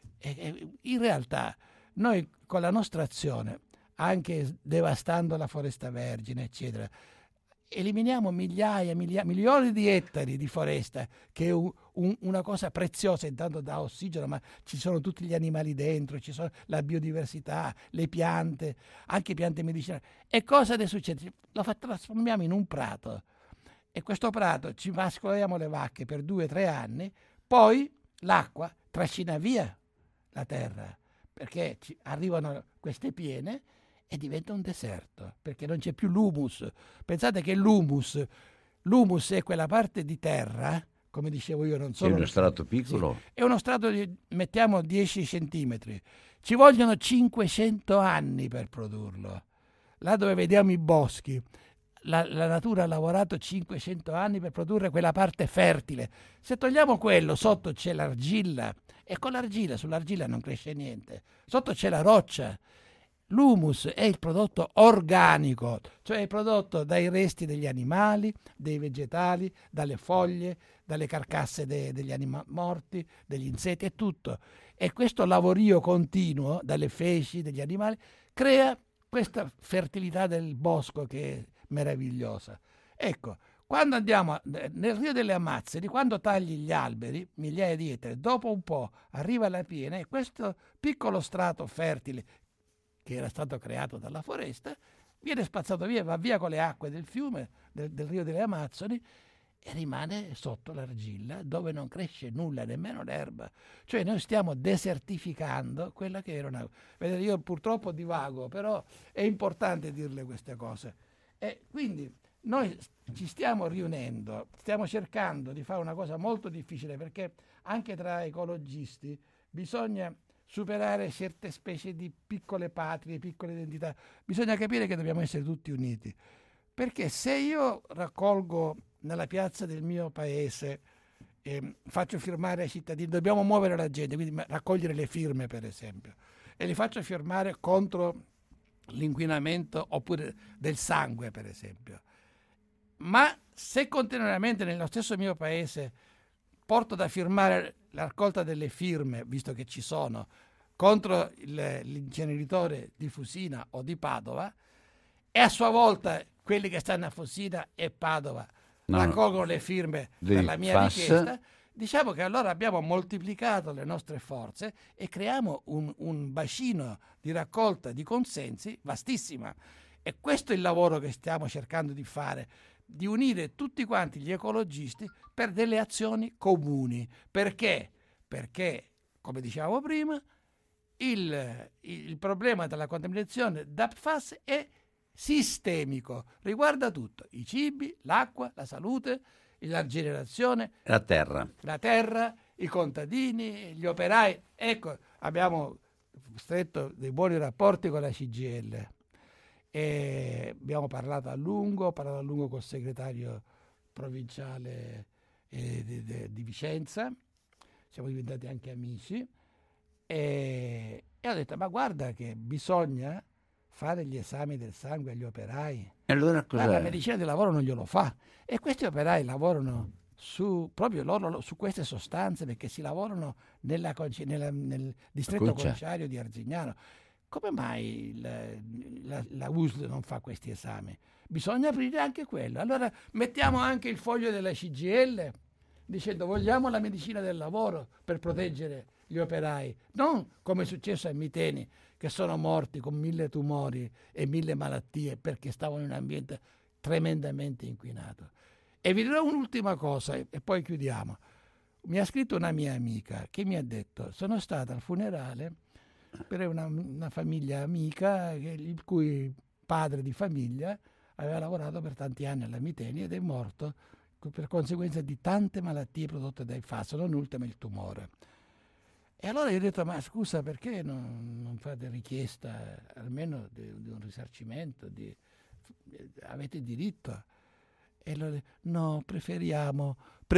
In realtà noi con la nostra azione, anche devastando la foresta vergine, eccetera, eliminiamo milioni di ettari di foresta, che è una cosa preziosa, intanto dà ossigeno, ma ci sono tutti gli animali dentro, ci sono la biodiversità, le piante, anche piante medicinali. E cosa ne succede? Lo trasformiamo in un prato, e questo prato ci pascoliamo le vacche per 2 o 3 anni, poi l'acqua trascina via la terra, perché arrivano queste piene e diventa un deserto, perché non c'è più l'humus. Pensate che l'humus è quella parte di terra, come dicevo io, non solo... È uno strato piccolo? Sì, è uno strato di, mettiamo, 10 centimetri. Ci vogliono 500 anni per produrlo. Là dove vediamo i boschi, la natura ha lavorato 500 anni per produrre quella parte fertile. Se togliamo quello, sotto c'è l'argilla, e con l'argilla, sull'argilla non cresce niente. Sotto c'è la roccia. L'humus è il prodotto organico, cioè il prodotto dai resti degli animali, dei vegetali, dalle foglie, dalle carcasse degli animali morti, degli insetti, è tutto. E questo lavorio continuo dalle feci degli animali crea questa fertilità del bosco che è meravigliosa. Ecco, quando andiamo nel Rio delle Amazzoni, quando tagli gli alberi, migliaia di ettari, dopo un po' arriva la piena e questo piccolo strato fertile che era stato creato dalla foresta, viene spazzato via, va via con le acque del fiume, del Rio delle Amazzoni, e rimane sotto l'argilla dove non cresce nulla, nemmeno l'erba. Cioè noi stiamo desertificando quella che era una... Vedete, io purtroppo divago, però è importante dirle queste cose. E quindi noi ci stiamo riunendo, stiamo cercando di fare una cosa molto difficile, perché anche tra ecologisti bisogna superare certe specie di piccole patrie, piccole identità. Bisogna capire che dobbiamo essere tutti uniti, perché se io raccolgo nella piazza del mio paese, faccio firmare ai cittadini, dobbiamo muovere la gente, quindi raccogliere le firme per esempio, e li faccio firmare contro l'inquinamento oppure del sangue per esempio. Ma se continuamente nello stesso mio paese porto da firmare la raccolta delle firme, visto che ci sono, contro l'inceneritore di Fusina o di Padova, e a sua volta quelli che stanno a Fusina e Padova raccolgono le firme per la mia richiesta, diciamo che allora abbiamo moltiplicato le nostre forze e creiamo un bacino di raccolta di consensi vastissima. E questo è il lavoro che stiamo cercando di fare, di unire tutti quanti gli ecologisti per delle azioni comuni. Perché? Perché, come dicevamo prima, il problema della contaminazione da PFAS è sistemico, riguarda tutto: i cibi, l'acqua, la salute, la generazione, la terra, i contadini, gli operai. Ecco, abbiamo stretto dei buoni rapporti con la CGIL e abbiamo parlato a lungo col segretario provinciale di Vicenza, siamo diventati anche amici e ho detto: ma guarda che bisogna fare gli esami del sangue agli operai. E allora cos'è? La medicina del lavoro non glielo fa, e questi operai lavorano proprio loro su queste sostanze, perché si lavorano nel distretto conciario di Arzignano. Come mai la USL non fa questi esami? Bisogna aprire anche quello. Allora mettiamo anche il foglio della CGIL dicendo: vogliamo la medicina del lavoro per proteggere gli operai, non come è successo a Miteni, che sono morti con 1000 tumori e 1000 malattie perché stavano in un ambiente tremendamente inquinato. E vi dirò un'ultima cosa e poi chiudiamo. Mi ha scritto una mia amica che mi ha detto: sono stata al funerale per una famiglia amica il cui padre di famiglia aveva lavorato per tanti anni alla Miteni ed è morto per conseguenza di tante malattie prodotte dai PFAS, non ultima il tumore. E allora io ho detto: ma scusa, perché non fate richiesta almeno di un risarcimento? Avete diritto? E allora: no, preferiamo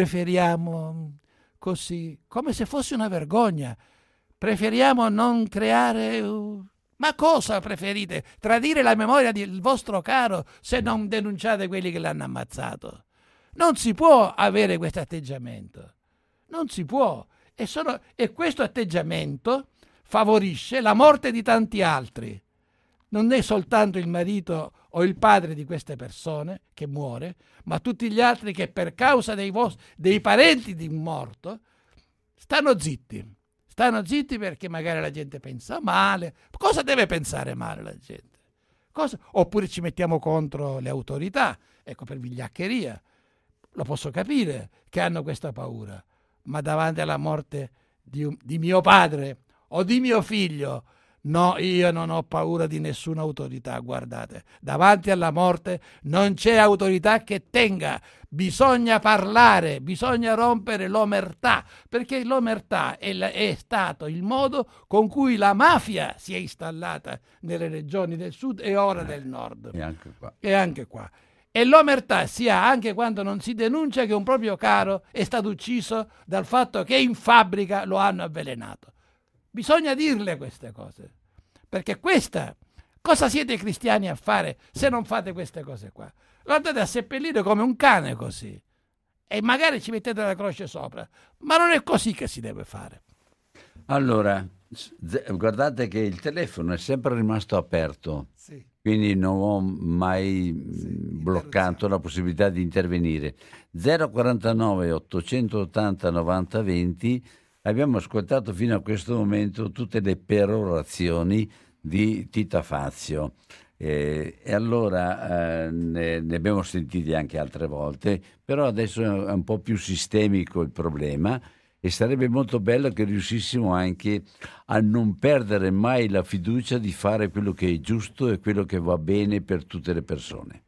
così, come se fosse una vergogna. Preferiamo non creare... Ma cosa preferite? Tradire la memoria del vostro caro se non denunciate quelli che l'hanno ammazzato? Non si può avere questo atteggiamento. Non si può. E questo atteggiamento favorisce la morte di tanti altri. Non è soltanto il marito o il padre di queste persone che muore, ma tutti gli altri che per causa dei parenti di un morto stanno zitti. Stanno zitti perché magari la gente pensa male. Cosa deve pensare male la gente? Oppure ci mettiamo contro le autorità, ecco, per vigliaccheria. Lo posso capire che hanno questa paura, ma davanti alla morte di mio padre o di mio figlio, no, io non ho paura di nessuna autorità. Guardate, davanti alla morte non c'è autorità che tenga. Bisogna parlare, bisogna rompere l'omertà, perché l'omertà è stato il modo con cui la mafia si è installata nelle regioni del sud e ora del nord. E anche qua. E l'omertà si ha anche quando non si denuncia che un proprio caro è stato ucciso dal fatto che in fabbrica lo hanno avvelenato. Bisogna dirle queste cose, perché cosa siete cristiani a fare se non fate queste cose qua? Lo andate a seppellire come un cane così e magari ci mettete la croce sopra, ma non è così che si deve fare. Allora, guardate che il telefono è sempre rimasto aperto, sì. Quindi non ho mai bloccato la possibilità di intervenire. 049 880 90 20. Abbiamo ascoltato fino a questo momento tutte le perorazioni di Tita Fazio E allora ne abbiamo sentiti anche altre volte, però adesso è un po' più sistemico il problema e sarebbe molto bello che riuscissimo anche a non perdere mai la fiducia di fare quello che è giusto e quello che va bene per tutte le persone.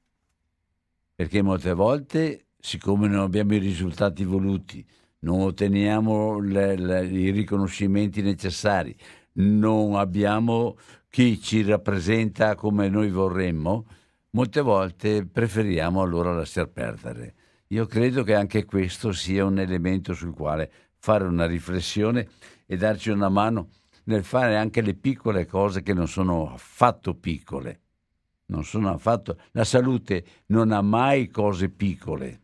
Perché molte volte, siccome non abbiamo i risultati voluti, non otteniamo i riconoscimenti necessari, non abbiamo chi ci rappresenta come noi vorremmo, molte volte preferiamo allora lasciar perdere. Io credo che anche questo sia un elemento sul quale fare una riflessione e darci una mano nel fare anche le piccole cose che non sono affatto piccole. Non sono affatto. La salute non ha mai cose piccole.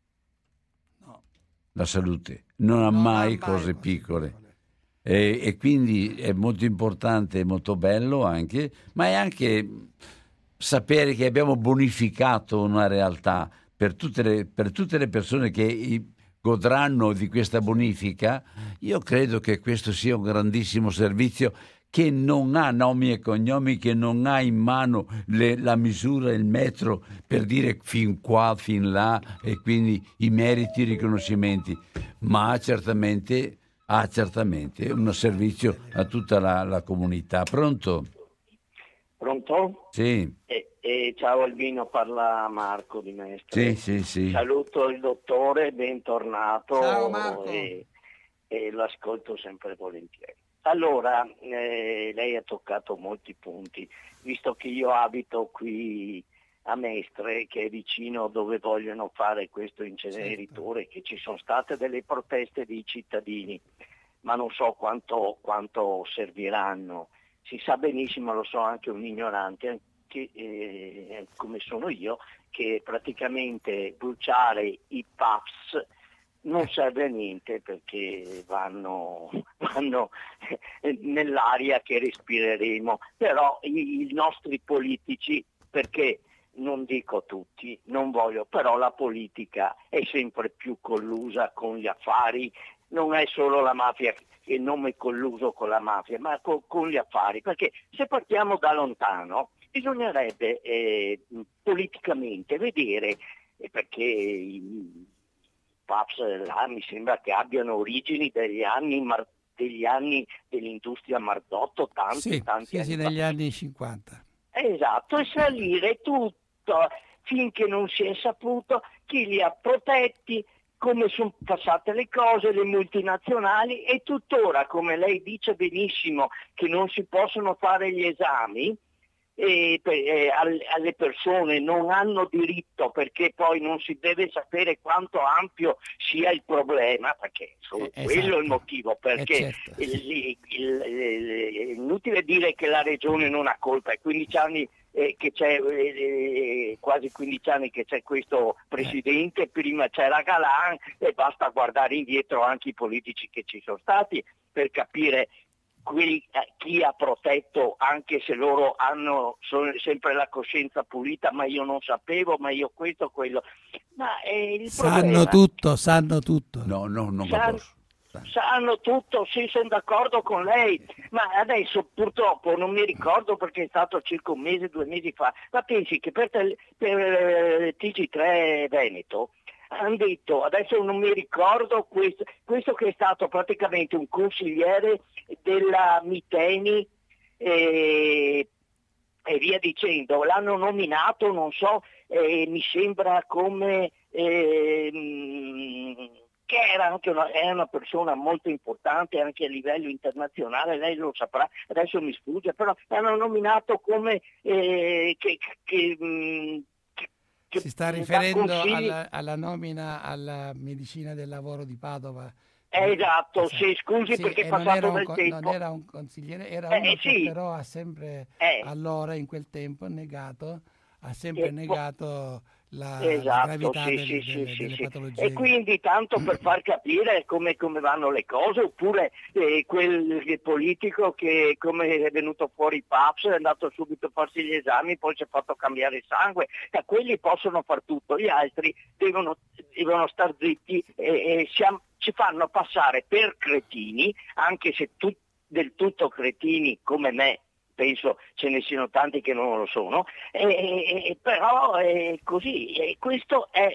No. La salute non ha mai cose piccole. E quindi è molto importante, è molto bello anche, ma è anche sapere che abbiamo bonificato una realtà per tutte le persone che godranno di questa bonifica. Io credo che questo sia un grandissimo servizio che non ha nomi e cognomi, che non ha in mano la misura, il metro per dire fin qua, fin là, e quindi i meriti, i riconoscimenti, ma ha certamente un servizio a tutta la comunità. Pronto? Pronto? Sì. Ciao Albino, parla Marco di Mestre. Sì. Saluto il dottore, bentornato. Ciao Marco. E lo ascolto sempre volentieri. Allora, lei ha toccato molti punti, visto che io abito qui a Mestre, che è vicino dove vogliono fare questo inceneritore, che ci sono state delle proteste dei cittadini, ma non so quanto serviranno. Si sa benissimo, lo so anche un ignorante, che, come sono io, che praticamente bruciare i PAFs non serve a niente, perché vanno nell'aria che respireremo. Però i nostri politici, perché non dico tutti, non voglio, però la politica è sempre più collusa con gli affari, non è solo la mafia, il nome è colluso con la mafia, ma con gli affari, perché se partiamo da lontano bisognerebbe politicamente vedere, perché i PAPS là mi sembra che abbiano origini degli anni dell'industria Marzotto, tanti anni sì, negli anni 50. Esatto, e salire tutto finché non si è saputo chi li ha protetti, come sono passate le cose, le multinazionali, e tuttora, come lei dice benissimo, che non si possono fare gli esami alle persone, non hanno diritto, perché poi non si deve sapere quanto ampio sia il problema, perché quello è il motivo, perché certo. È inutile dire che la regione non ha colpa, è 15 anni che c'è quasi 15 anni che c'è questo presidente, prima c'era Galan, e basta guardare indietro anche i politici che ci sono stati per capire chi ha protetto, anche se loro sono sempre la coscienza pulita, ma io non sapevo, ma io questo, quello. Ma il sanno tutto. No, non posso. Sanno tutto, sì, sono d'accordo con lei, ma adesso purtroppo non mi ricordo, perché è stato circa un mese, 2 mesi fa, ma pensi che per TG3 Veneto hanno detto, adesso non mi ricordo, questo che è stato praticamente un consigliere della Miteni e via dicendo, l'hanno nominato, non so, mi sembra come che era anche una persona molto importante anche a livello internazionale, lei lo saprà, adesso mi sfugge, però l'hanno nominato come si sta riferendo alla nomina alla medicina del lavoro di Padova. Esatto, sì, scusi, sì, perché è passato del tempo. Non era un consigliere, era uno che però ha sempre, allora in quel tempo, negato la gravità delle patologie. E quindi tanto per far capire come vanno le cose, oppure quel politico che, come è venuto fuori il PAPS, è andato subito a farsi gli esami, poi si è fatto cambiare il sangue, quelli possono far tutto, gli altri devono star zitti e ci fanno passare per cretini, anche se del tutto cretini come me, penso ce ne siano tanti che non lo sono, però è così, e questo è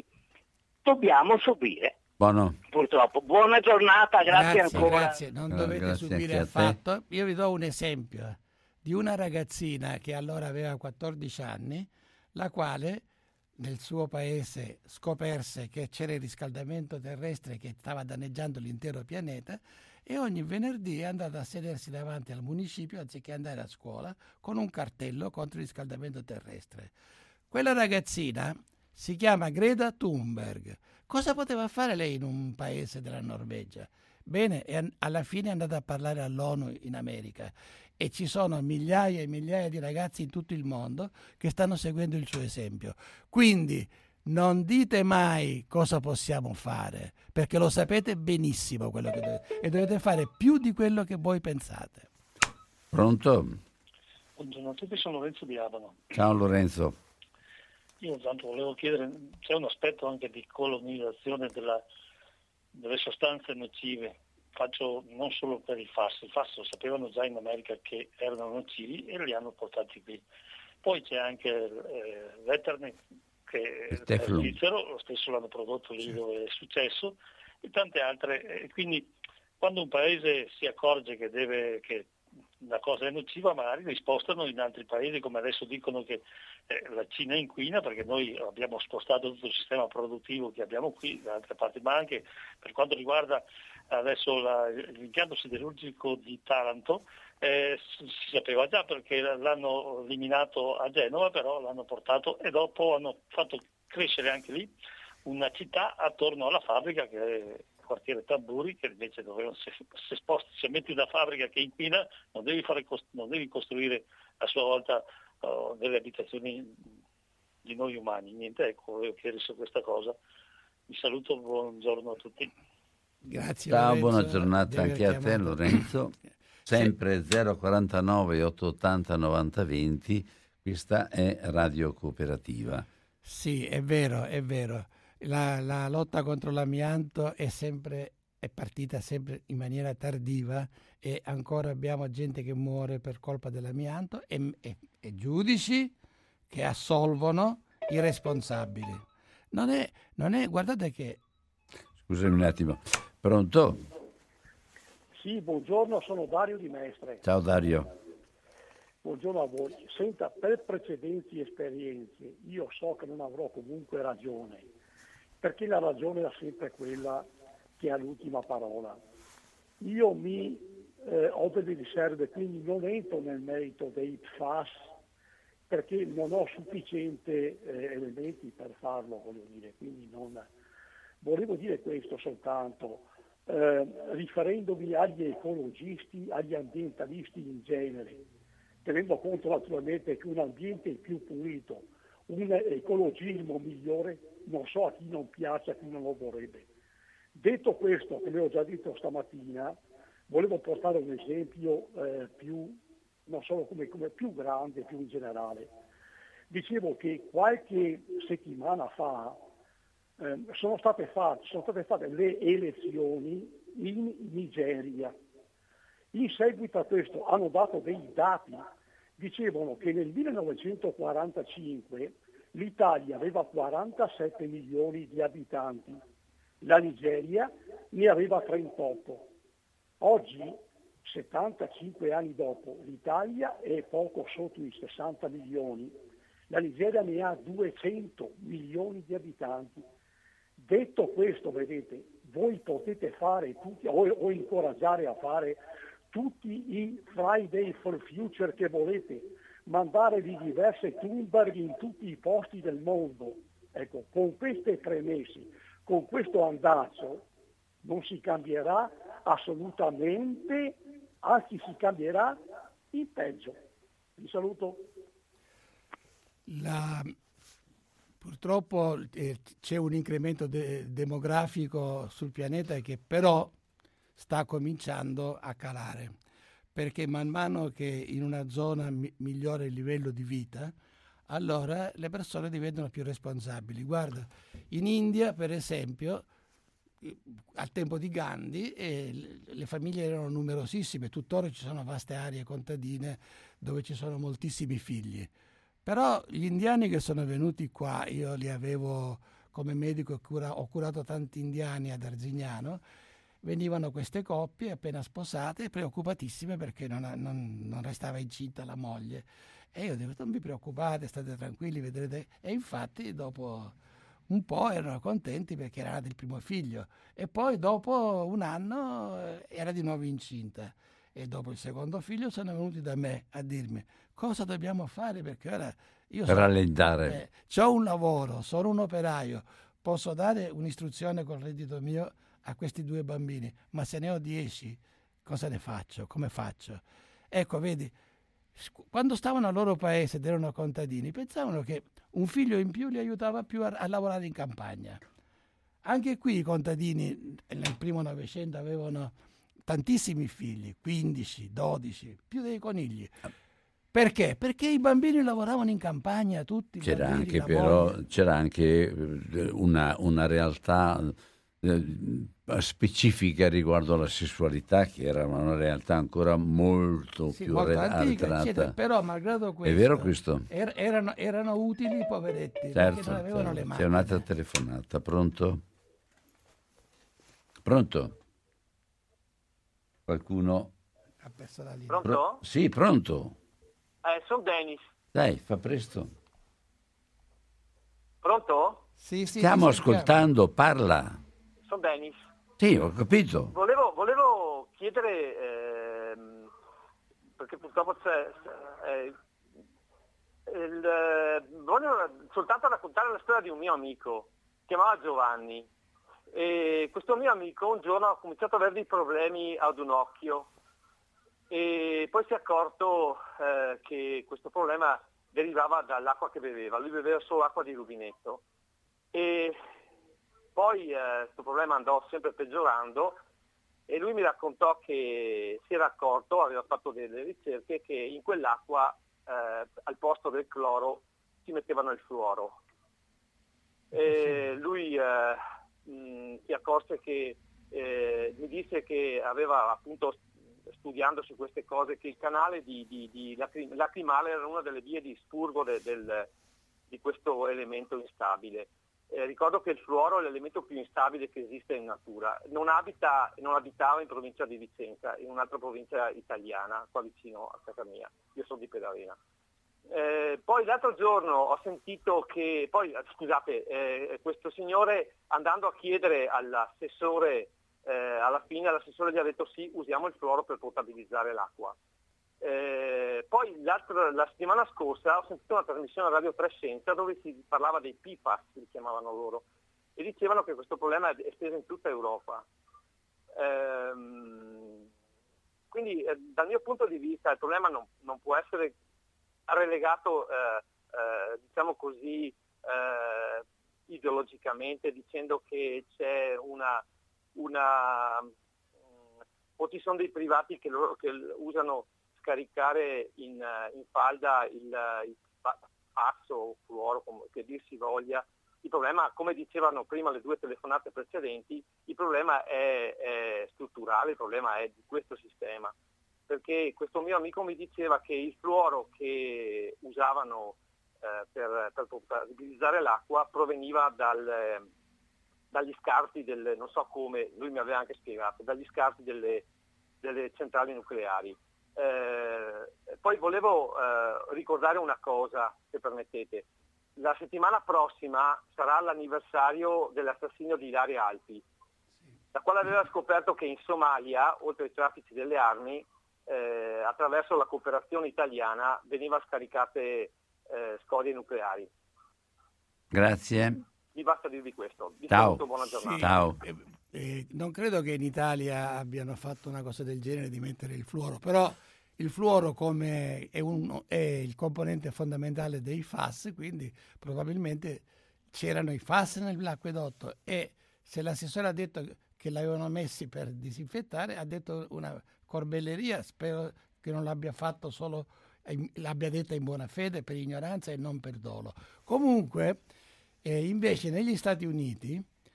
dobbiamo subire. Buono. Purtroppo. Buona giornata, grazie ancora. Grazie, non dovete Grazie subire anche a te. affatto. Io vi do un esempio di una ragazzina che allora aveva 14 anni, la quale nel suo paese scoperse che c'era il riscaldamento terrestre che stava danneggiando l'intero pianeta e ogni venerdì è andata a sedersi davanti al municipio anziché andare a scuola con un cartello contro il riscaldamento terrestre. Quella ragazzina si chiama Greta Thunberg. Cosa poteva fare lei in un paese della Norvegia? Bene, alla fine è andata a parlare all'ONU in America e ci sono migliaia e migliaia di ragazzi in tutto il mondo che stanno seguendo il suo esempio. Quindi non dite mai cosa possiamo fare, perché lo sapete benissimo quello che dovete, e dovete fare più di quello che voi pensate. Pronto? Buongiorno a tutti, sono Lorenzo di Abano. Ciao Lorenzo. Io tanto volevo chiedere, c'è un aspetto anche di colonizzazione delle sostanze nocive, faccio non solo per il FAS lo sapevano già in America che erano nocivi e li hanno portati qui. Poi c'è anche l'Ethernet, che è svizzero, lo stesso l'hanno prodotto lì dove è successo, e tante altre. E quindi quando un paese si accorge che la cosa è nociva, magari li spostano in altri paesi, come adesso dicono che la Cina inquina, perché noi abbiamo spostato tutto il sistema produttivo che abbiamo qui da altre parti, ma anche per quanto riguarda adesso l'impianto siderurgico di Taranto, si sapeva già perché l'hanno eliminato a Genova, però l'hanno portato e dopo hanno fatto crescere anche lì una città attorno alla fabbrica che è il quartiere Tamburi, che invece dovevano, se metti una fabbrica che inquina non devi costruire a sua volta delle abitazioni di noi umani. Niente, ecco, volevo chiedere su questa cosa. Vi saluto, buongiorno a tutti. Grazie. Ciao, Lorenzo, buona giornata anche a te Lorenzo. Sempre 049 880 90 20, questa è Radio Cooperativa. Sì, è vero, è vero. La lotta contro l'amianto è partita sempre in maniera tardiva e ancora abbiamo gente che muore per colpa dell'amianto e giudici che assolvono i responsabili. Non è, guardate che... Scusami un attimo. Pronto? Sì, buongiorno, sono Dario di Mestre. Ciao Dario. Buongiorno a voi. Senta, per precedenti esperienze io so che non avrò comunque ragione, perché la ragione è sempre quella che ha l'ultima parola. Io ho delle riserve, quindi non entro nel merito dei PFAS perché non ho sufficienti elementi per farlo, voglio dire, quindi non... Volevo dire questo soltanto, riferendomi agli ecologisti, agli ambientalisti in genere, tenendo conto naturalmente che un ambiente più pulito, un ecologismo migliore, non so a chi non piace, a chi non lo vorrebbe. Detto questo, come ho già detto stamattina, volevo portare un esempio più, non solo come più grande, più in Dicevo che qualche settimana fa sono state fatte le elezioni in Nigeria. In seguito a questo hanno dato dei dati, dicevano che nel 1945 l'Italia aveva 47 milioni di abitanti, la Nigeria ne aveva 38. Oggi, 75 anni dopo, l'Italia è poco sotto i 60 milioni, la Nigeria ne ha 200 milioni di abitanti. Detto questo, vedete, voi potete fare tutti, o incoraggiare a fare tutti i Friday for Future che volete, mandare di diverse Thunberg in tutti i posti del mondo. Ecco, con queste premesse, con questo andazzo, non si cambierà assolutamente, anzi si cambierà in peggio. Vi saluto. Purtroppo c'è un incremento demografico sul pianeta che però sta cominciando a calare, perché man mano che in una zona migliora il livello di vita, allora le persone diventano più responsabili. Guarda, in India, per esempio, al tempo di Gandhi le famiglie erano numerosissime, tuttora ci sono vaste aree contadine dove ci sono moltissimi figli. Però gli indiani che sono venuti qua, io li avevo come medico, ho curato tanti indiani ad Arzignano, venivano queste coppie appena sposate, preoccupatissime perché non restava incinta la moglie. E io dico, non vi preoccupate, state tranquilli, vedrete. E infatti dopo un po' erano contenti perché era nato il primo figlio. E poi dopo un anno era di nuovo incinta. E dopo il secondo figlio sono venuti da me a dirmi cosa dobbiamo fare, perché ora io per rallentare. Ho un lavoro, sono un operaio, posso dare un'istruzione col reddito mio a questi 2 bambini, ma se ne ho 10 cosa ne faccio? Come faccio? Ecco, vedi, quando stavano al loro paese ed erano contadini, pensavano che un figlio in più li aiutava più a lavorare in campagna. Anche qui i contadini nel primo Novecento avevano tantissimi figli, 15, 12, più dei conigli. Perché? Perché i bambini lavoravano in campagna, tutti. C'era bambini, anche però c'era anche una realtà specifica riguardo alla sessualità, che era una realtà ancora molto più arretrata. Però malgrado questo, è vero questo? Erano utili i poveretti, certo, perché non avevano le mani. C'è un'altra telefonata, pronto? Pronto? Qualcuno? Ha perso la linea. Pronto? Sì, pronto. Sono Dennis. Dai, fa presto. Pronto? Sì, Stiamo ascoltando, parla. Sono Dennis. Sì, ho capito. Volevo chiedere, perché purtroppo voglio soltanto raccontare la storia di un mio amico, si chiamava Giovanni. E questo mio amico un giorno ha cominciato ad avere dei problemi ad un occhio e poi si è accorto che questo problema derivava dall'acqua che beveva. Lui beveva solo acqua di rubinetto e poi questo problema andò sempre peggiorando e lui mi raccontò che si era accorto, aveva fatto delle ricerche, che in quell'acqua al posto del cloro si mettevano il fluoro. E lui si accorse che mi disse che aveva appunto, studiando su queste cose, che il canale di lacrimale era una delle vie di spurgo di questo elemento instabile. Ricordo che il fluoro è l'elemento più instabile che esiste in natura. Non abitava in provincia di Vicenza, in un'altra provincia italiana, qua vicino a casa mia. Io sono di Pedalena. Poi l'altro giorno ho sentito che, questo signore, andando a chiedere all'assessore, alla fine l'assessore gli ha detto sì, usiamo il fluoro per potabilizzare l'acqua. Poi la settimana scorsa ho sentito una trasmissione a Radio Trescenza dove si parlava dei PFAS, li chiamavano loro, e dicevano che questo problema è esteso in tutta Europa. Quindi dal mio punto di vista il problema non può essere relegato diciamo così ideologicamente, dicendo che c'è o ci sono dei privati che usano scaricare in falda il passo o fluoro, che dir si voglia. Il problema, come dicevano prima le 2 telefonate precedenti, il problema è strutturale, il problema è di questo sistema. Perché questo mio amico mi diceva che il fluoro che usavano per potabilizzare l'acqua proveniva dagli scarti non so come, lui mi aveva anche spiegato, dagli scarti delle centrali nucleari. Poi volevo ricordare una cosa, se permettete. La settimana prossima sarà l'anniversario dell'assassinio di Ilaria Alpi, la quale aveva scoperto che in Somalia, oltre ai traffici delle armi, attraverso la cooperazione italiana veniva scaricate scorie nucleari. Grazie. Mi basta dirvi questo. Ciao. Buona giornata. Sì, Ciao. Non credo che in Italia abbiano fatto una cosa del genere di mettere il fluoro, però il fluoro come è il componente fondamentale dei FAS, quindi probabilmente c'erano i FAS nell'acquedotto, e se l'assessore ha detto che l'avevano messi per disinfettare, ha detto una corbelleria. Spero che non l'abbia fatto solo, l'abbia detta in buona fede, per ignoranza e non per dolo. Comunque invece negli Stati Uniti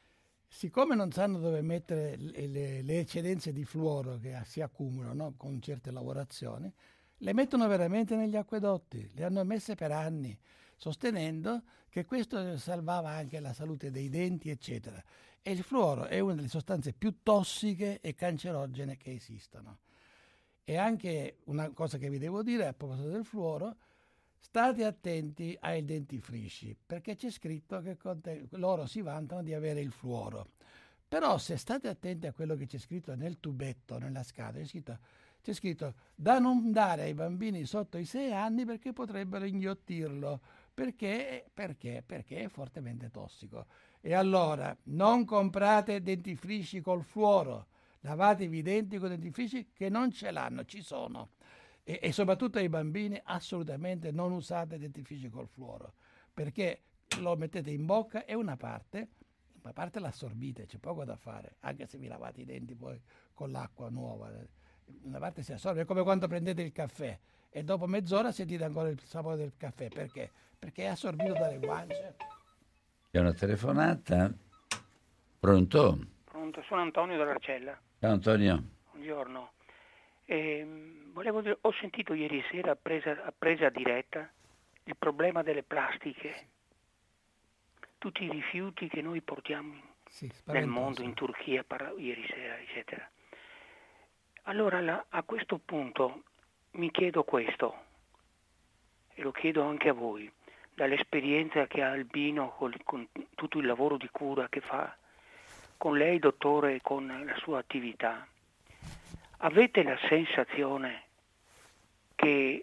Siccome non sanno dove mettere le eccedenze di fluoro che si accumulano, no, con certe lavorazioni, le mettono veramente negli acquedotti, le hanno messe per anni, sostenendo che questo salvava anche la salute dei denti, eccetera. E il fluoro è una delle sostanze più tossiche e cancerogene che esistono. E anche una cosa che vi devo dire a proposito del fluoro: state attenti ai dentifrici, perché c'è scritto che loro si vantano di avere il fluoro. Però se state attenti a quello che c'è scritto nel tubetto, nella scatola, c'è scritto da non dare ai bambini sotto i 6 anni perché potrebbero inghiottirlo. Perché? Perché è fortemente tossico. E allora non comprate dentifrici col fluoro, lavatevi i denti con dentifrici che non ce l'hanno, ci sono. E soprattutto ai bambini assolutamente non usate dentifrici col fluoro, perché lo mettete in bocca e una parte l'assorbite, c'è poco da fare, anche se vi lavate i denti poi con l'acqua nuova, una parte si assorbe. È come quando prendete il caffè e dopo mezz'ora sentite ancora il sapore del caffè. Perché? Perché è assorbito dalle guance. C'è una telefonata. Pronto? Pronto, sono Antonio dell'Arcella. Ciao Antonio. Buongiorno. Volevo dire, ho sentito ieri sera a presa diretta il problema delle plastiche, tutti i rifiuti che noi portiamo nel mondo, in Turchia, ieri sera, eccetera. Allora a questo punto mi chiedo questo, e lo chiedo anche a voi, dall'esperienza che ha Albino con tutto il lavoro di cura che fa, con lei dottore e con la sua attività, avete la sensazione che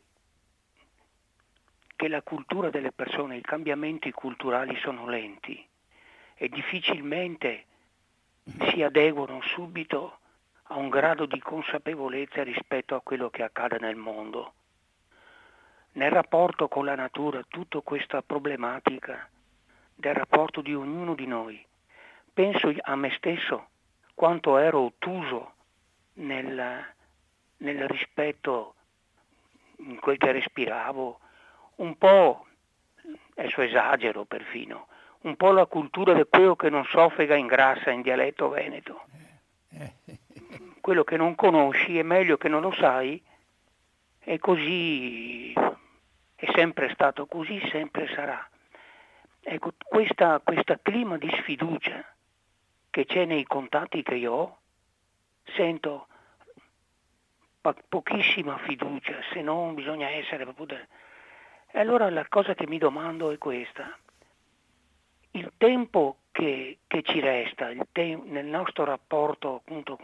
la cultura delle persone, i cambiamenti culturali sono lenti e difficilmente si adeguano subito a un grado di consapevolezza rispetto a quello che accade nel mondo? Nel rapporto con la natura, tutta questa problematica del rapporto di ognuno di noi, penso a me stesso quanto ero ottuso nel rispetto in quel che respiravo, un po', adesso esagero perfino, un po' la cultura di quello che non soffrega ingrassa in dialetto veneto. Quello che non conosci è meglio che non lo sai, e così è sempre stato così, sempre sarà. Ecco, questa clima di sfiducia che c'è nei contatti che io ho, sento pochissima fiducia, se non bisogna essere proprio... E allora la cosa che mi domando è questa: il tempo che ci resta, nel nostro rapporto appunto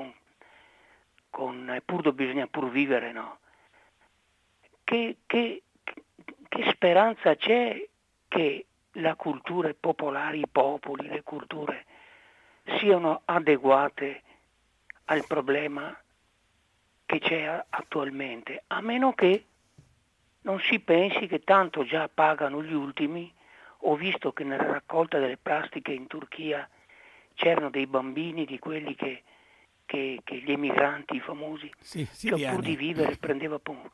bisogna pur vivere, no? Che speranza c'è che la cultura popolare, i popoli, le culture siano adeguate al problema che c'è attualmente, a meno che non si pensi che tanto già pagano gli ultimi. Ho visto che nella raccolta delle plastiche in Turchia c'erano dei bambini di quelli che gli emigranti famosi, che pur di vivere prendeva punto.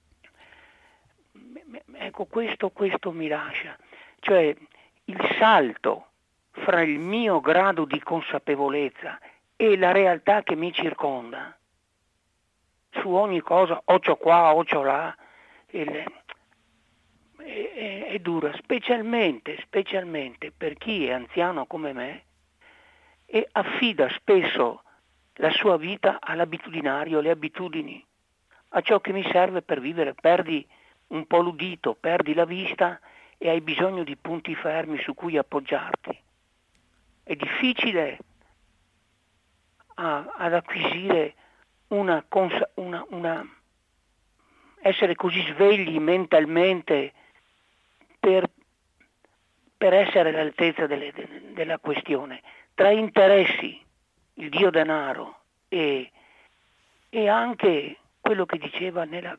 Ecco, questo mi lascia, cioè il salto fra il mio grado di consapevolezza e la realtà che mi circonda, su ogni cosa, occhio qua, occhio là, è dura, specialmente per chi è anziano come me e affida spesso la sua vita all'abitudinario, alle abitudini, a ciò che mi serve per vivere. Perdi un po' l'udito, perdi la vista e hai bisogno di punti fermi su cui appoggiarti. È difficile ad acquisire essere così svegli mentalmente per essere all'altezza della questione. Tra interessi, il dio denaro e anche quello che diceva nella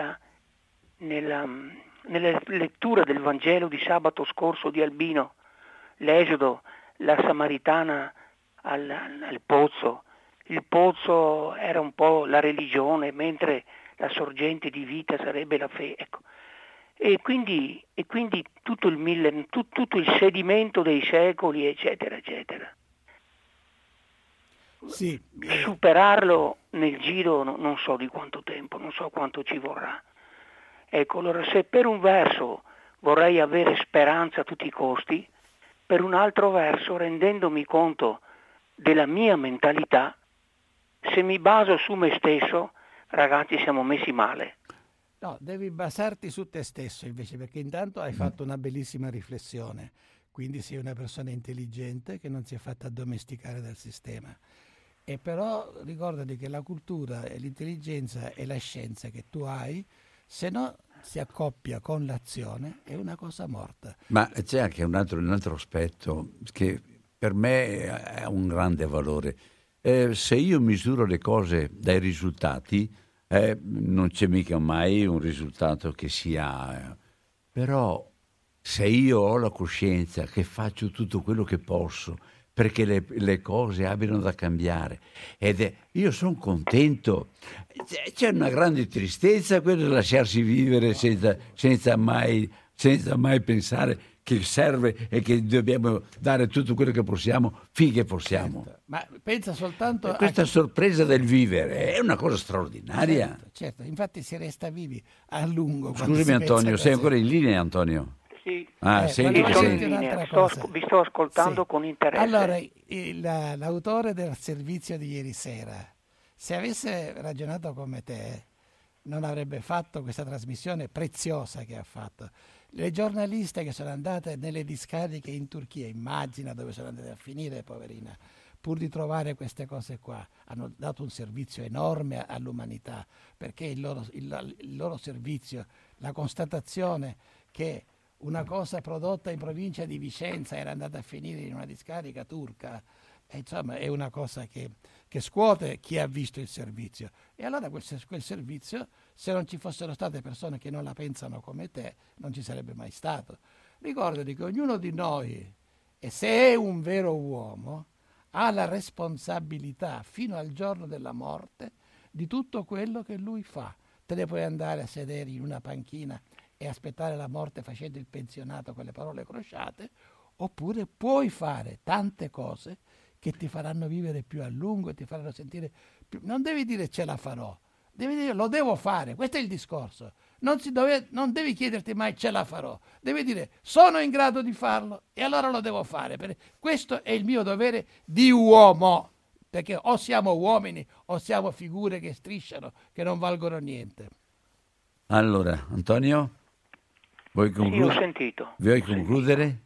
lettura del Vangelo di sabato scorso di Albino, l'Esodo, la Samaritana al pozzo. Il pozzo era un po' la religione, mentre la sorgente di vita sarebbe la fede. Ecco. E quindi tutto il sedimento dei secoli, eccetera, eccetera. Sì. superarlo nel giro non so di quanto tempo, non so quanto ci vorrà. Ecco, allora se per un verso vorrei avere speranza a tutti i costi, per un altro verso, rendendomi conto della mia mentalità, se mi baso su me stesso, ragazzi, siamo messi male. No, devi basarti su te stesso invece, perché intanto hai fatto una bellissima riflessione, quindi sei una persona intelligente che non si è fatta addomesticare dal sistema. E però ricordati che la cultura e l'intelligenza e la scienza che tu hai, se no si accoppia con l'azione, è una cosa morta. Ma c'è anche un altro aspetto che per me ha un grande valore. Se io misuro le cose dai risultati, non c'è mica mai un risultato che sia... Però se io ho la coscienza che faccio tutto quello che posso perché le cose abbiano da cambiare, io sono contento. C'è una grande tristezza quello di lasciarsi vivere senza mai pensare che serve e che dobbiamo dare tutto quello che possiamo finché possiamo. Certo, ma pensa soltanto a questa sorpresa del vivere è una cosa straordinaria. Certo, infatti si resta vivi a lungo. Scusami Antonio, sei ancora in linea, Antonio? Sì, senti, vi sto ascoltando sì. Con interesse. Allora, l'autore del servizio di ieri sera, se avesse ragionato come te, non avrebbe fatto questa trasmissione preziosa che ha fatto. Le giornaliste che sono andate nelle discariche in Turchia, immagina dove sono andate a finire, poverina, pur di trovare queste cose qua, hanno dato un servizio enorme all'umanità, perché il loro servizio, la constatazione che una cosa prodotta in provincia di Vicenza era andata a finire in una discarica turca, e insomma è una cosa che scuote chi ha visto il servizio. E allora quel servizio, se non ci fossero state persone che non la pensano come te, non ci sarebbe mai stato. Ricordati che ognuno di noi, e se è un vero uomo, ha la responsabilità fino al giorno della morte di tutto quello che lui fa. Te ne puoi andare a sedere in una panchina e aspettare la morte facendo il pensionato con le parole crociate, oppure puoi fare tante cose che ti faranno vivere più a lungo e ti faranno sentire più... Non devi dire ce la farò, devi dire lo devo fare, questo è il discorso. Non devi chiederti mai ce la farò, devi dire sono in grado di farlo e allora lo devo fare, perché questo è il mio dovere di uomo, perché o siamo uomini o siamo figure che strisciano, che non valgono niente. Allora, Antonio, vuoi concludere? Sì, ho sentito. Vuoi concludere?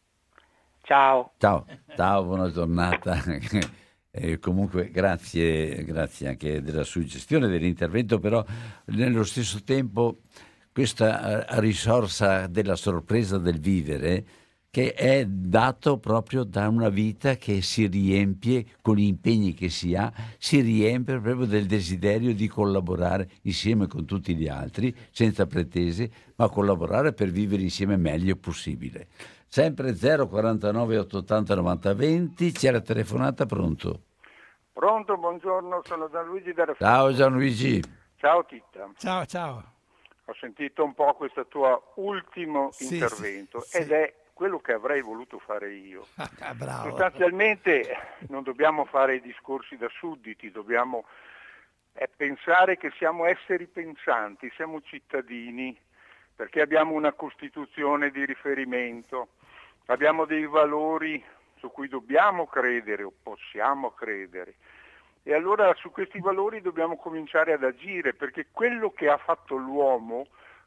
Ciao. Ciao, buona giornata. Comunque grazie anche della suggestione, dell'intervento, però nello stesso tempo questa risorsa della sorpresa del vivere che è dato proprio da una vita che si riempie con gli impegni che si ha, si riempie proprio del desiderio di collaborare insieme con tutti gli altri, senza pretese, ma collaborare per vivere insieme meglio possibile. Sempre 049 880 90 20, c'è la telefonata, pronto? Pronto, buongiorno, sono Gianluigi da Raffaele. Ciao Gianluigi. Ciao Titta. Ciao. Ho sentito un po' questo tuo ultimo intervento ed è quello che avrei voluto fare io. Bravo. Sostanzialmente non dobbiamo fare i discorsi da sudditi, dobbiamo pensare che siamo esseri pensanti, siamo cittadini, perché abbiamo una Costituzione di riferimento, abbiamo dei valori su cui dobbiamo credere o possiamo credere. E allora su questi valori dobbiamo cominciare ad agire, perché quello che ha fatto l'uomo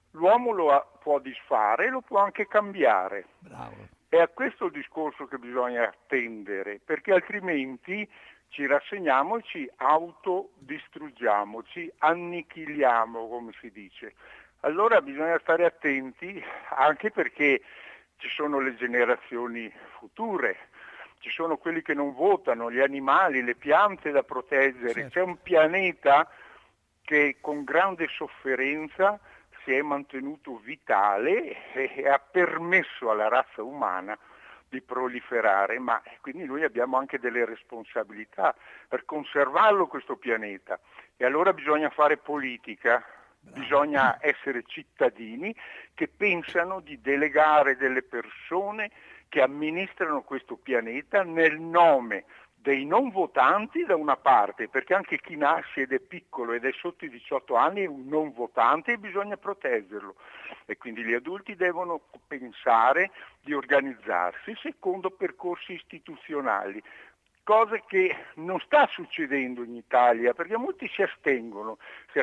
può disfare e lo può anche cambiare. Bravo. È a questo il discorso che bisogna attendere, perché altrimenti ci rassegniamo e ci autodistruggiamo, ci annichiliamo, come si dice. Allora bisogna stare attenti, anche perché ci sono le generazioni future, ci sono quelli che non votano, gli animali, le piante da proteggere. Certo. C'è un pianeta che con grande sofferenza si è mantenuto vitale e ha permesso alla razza umana di proliferare, ma quindi noi abbiamo anche delle responsabilità per conservarlo questo pianeta. E allora bisogna fare politica, bisogna essere cittadini che pensano di delegare delle persone che amministrano questo pianeta nel nome dei non votanti da una parte, perché anche chi nasce ed è piccolo ed è sotto i 18 anni è un non votante e bisogna proteggerlo, e quindi gli adulti devono pensare di organizzarsi secondo percorsi istituzionali, cosa che non sta succedendo in Italia, perché molti si astengono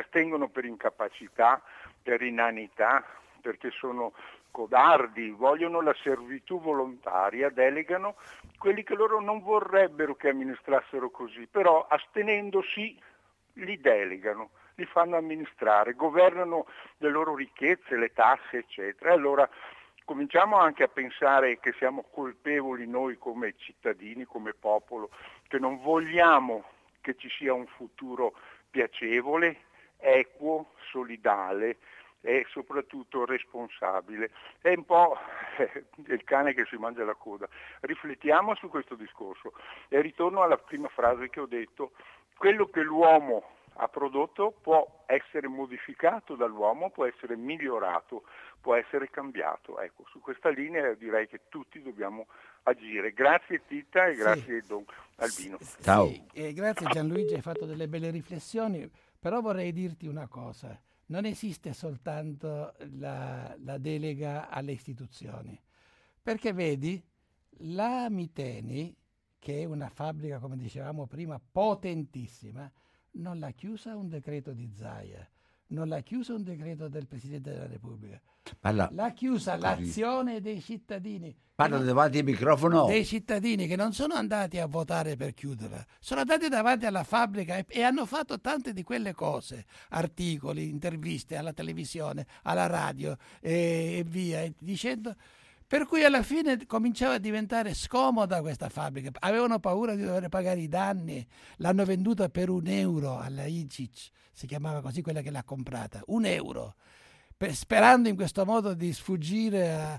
per incapacità, per inanità, perché sono codardi, vogliono la servitù volontaria, delegano quelli che loro non vorrebbero che amministrassero così, però astenendosi li delegano, li fanno amministrare, governano le loro ricchezze, le tasse, eccetera. Allora cominciamo anche a pensare che siamo colpevoli noi come cittadini, come popolo, che non vogliamo che ci sia un futuro piacevole, equo, solidale e soprattutto responsabile. È un po' il cane che si mangia la coda. Riflettiamo su questo discorso e ritorno alla prima frase che ho detto: quello che l'uomo ha prodotto può essere modificato dall'uomo, può essere migliorato, può essere cambiato. Ecco, su questa linea direi che tutti dobbiamo agire. Grazie Tita e grazie Don Albino. Ciao. Grazie Gianluigi, hai fatto delle belle riflessioni, però vorrei dirti una cosa: non esiste soltanto la delega alle istituzioni, perché vedi, la Miteni, che è una fabbrica, come dicevamo prima, potentissima, non l'ha chiusa un decreto di Zaia, non l'ha chiusa un decreto del Presidente della Repubblica, l'ha chiusa l'azione dei cittadini. Parla davanti al microfono. Dei cittadini che non sono andati a votare per chiuderla, sono andati davanti alla fabbrica e hanno fatto tante di quelle cose, articoli, interviste alla televisione, alla radio e via, dicendo... Per cui alla fine cominciava a diventare scomoda questa fabbrica, avevano paura di dover pagare i danni, l'hanno venduta per €1 alla ICIC, si chiamava così quella che l'ha comprata, €1, sperando in questo modo di sfuggire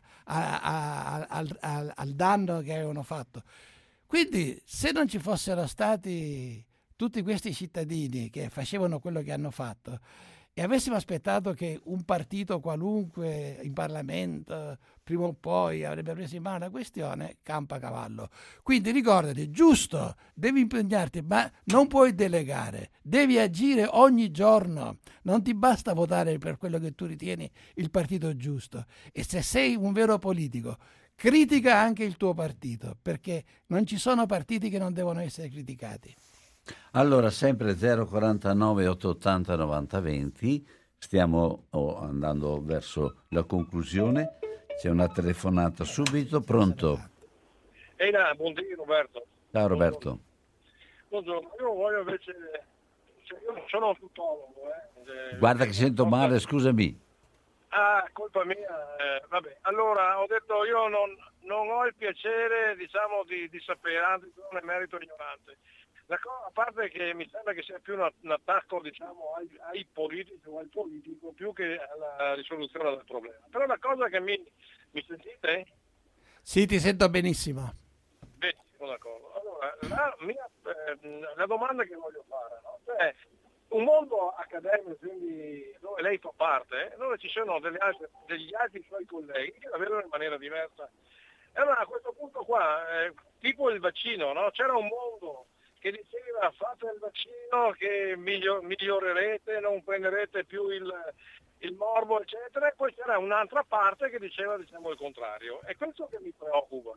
al danno che avevano fatto. Quindi se non ci fossero stati tutti questi cittadini che facevano quello che hanno fatto, e avessimo aspettato che un partito qualunque in Parlamento prima o poi avrebbe preso in mano la questione, campa cavallo. Quindi ricordati, giusto, devi impegnarti, ma non puoi delegare, devi agire ogni giorno, non ti basta votare per quello che tu ritieni il partito giusto. E se sei un vero politico, critica anche il tuo partito, perché non ci sono partiti che non devono essere criticati. Allora, sempre 049 880 90 20, stiamo andando verso la conclusione. C'è una telefonata subito, pronto? Buongiorno Roberto. Ciao Roberto. Buongiorno, io voglio invece, io sono un tutologo. Guarda che sento male, scusami. Ah, colpa mia, vabbè. Allora, ho detto io non ho il piacere, diciamo, di sapere, anzi sono un emerito ignorante. A parte che mi sembra che sia più un attacco, diciamo, ai politici o al politico più che alla risoluzione del problema. Però la cosa che mi sentite? Sì, ti sento benissimo. Benissimo, d'accordo. Allora, la domanda che voglio fare, no? Cioè, un mondo accademico, quindi dove lei fa parte, dove ci sono degli altri suoi colleghi che la vedono in maniera diversa. E allora a questo punto qua, tipo il vaccino, no? C'era un mondo che diceva fate il vaccino che migliorerete, non prenderete più il morbo, eccetera, e poi c'era un'altra parte che diceva, diciamo, il contrario. È questo che mi preoccupa.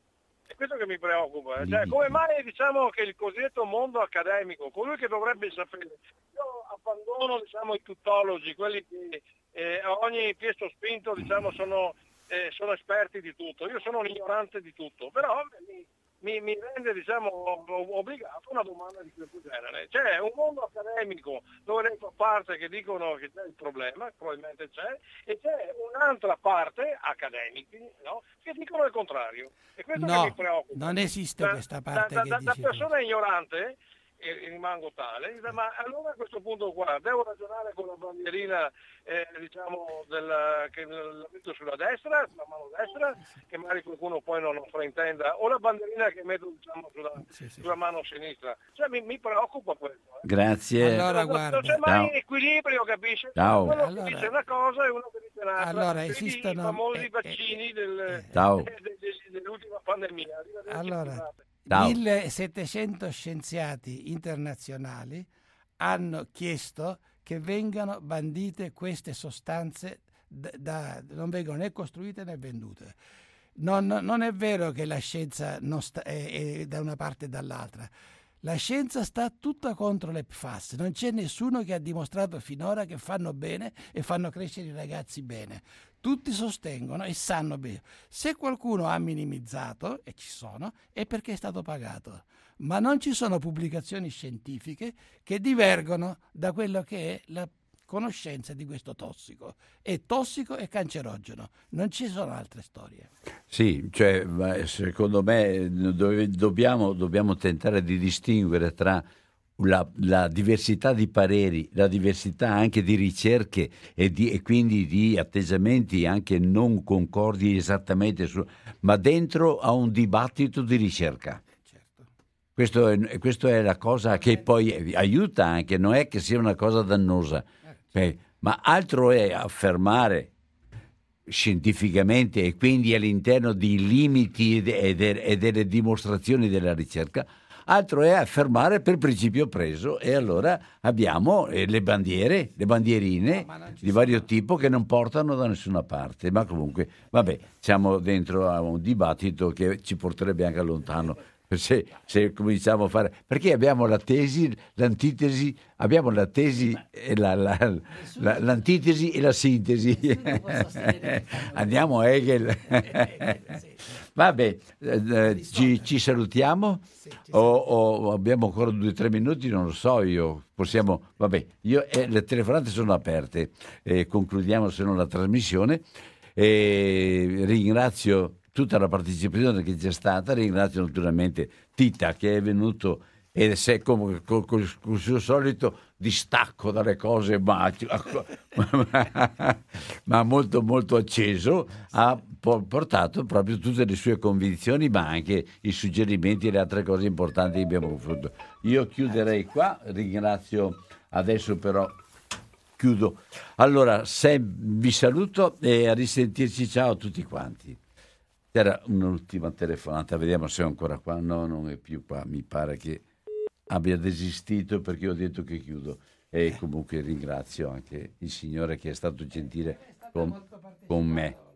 Cioè, come mai, diciamo, che il cosiddetto mondo accademico, colui che dovrebbe sapere, io abbandono, diciamo, i tutologi, quelli che a ogni piezo spinto, diciamo, sono esperti di tutto. Io sono un ignorante di tutto, però mi rende, diciamo, obbligato a una domanda di questo genere. C'è un mondo accademico dove lei fa parte che dicono che c'è il problema, probabilmente c'è, e c'è un'altra parte, accademici, no, che dicono il contrario. E questo che mi preoccupa. Non esiste questa parte da persona ignorante, e rimango tale, ma allora a questo punto qua devo ragionare con la bandierina, diciamo, che la metto sulla destra, sulla mano destra, che magari qualcuno poi non fraintenda, o la bandierina che metto, diciamo, sulla mano sinistra. Cioè mi preoccupa questo. Grazie. Allora, guarda. Non c'è mai equilibrio, capisce? Ciao. Uno che dice una cosa e uno che dice un'altra. Allora, esistono i famosi vaccini dell'ultima pandemia. Allora, Ciao. 1700 scienziati internazionali hanno chiesto che vengano bandite queste sostanze, non vengono né costruite né vendute. Non è vero che la scienza non è da una parte e dall'altra. La scienza sta tutta contro le PFAS, non c'è nessuno che ha dimostrato finora che fanno bene e fanno crescere i ragazzi bene. Tutti sostengono e sanno bene. Se qualcuno ha minimizzato, e ci sono, è perché è stato pagato. Ma non ci sono pubblicazioni scientifiche che divergono da quello che è la conoscenza di questo tossico. È tossico e cancerogeno, non ci sono altre storie. Sì, cioè, secondo me dobbiamo tentare di distinguere tra la diversità di pareri, la diversità anche di ricerche e quindi di atteggiamenti anche non concordi esattamente, ma dentro a un dibattito di ricerca. Certo. Questo è la cosa che poi aiuta anche, non è che sia una cosa dannosa. Ma altro è affermare scientificamente e quindi all'interno di limiti e delle dimostrazioni della ricerca, altro è affermare per principio preso, e allora abbiamo le bandiere, le bandierine di vario tipo che non portano da nessuna parte. Ma comunque, vabbè, siamo dentro a un dibattito che ci porterebbe anche lontano. Se cominciamo a fare, perché abbiamo la tesi, l'antitesi, abbiamo la tesi e l'antitesi e la sintesi. Andiamo a Hegel. Vabbè, ci salutiamo o abbiamo ancora 2 o 3 minuti, non lo so, vabbè, le telefonate sono aperte, concludiamo se non la trasmissione. Ringrazio tutta la partecipazione che c'è stata, ringrazio naturalmente Tita che è venuto e se con il suo solito distacco dalle cose ma molto molto acceso ha portato proprio tutte le sue convinzioni, ma anche i suggerimenti e le altre cose importanti che abbiamo fatto. Io chiuderei qua, ringrazio adesso, però chiudo. Allora, vi saluto e a risentirci, ciao a tutti quanti. C'era un'ultima telefonata, vediamo se è ancora qua. No, non è più qua, mi pare che abbia desistito perché ho detto che chiudo. E comunque ringrazio anche il Signore che è stato gentile con me.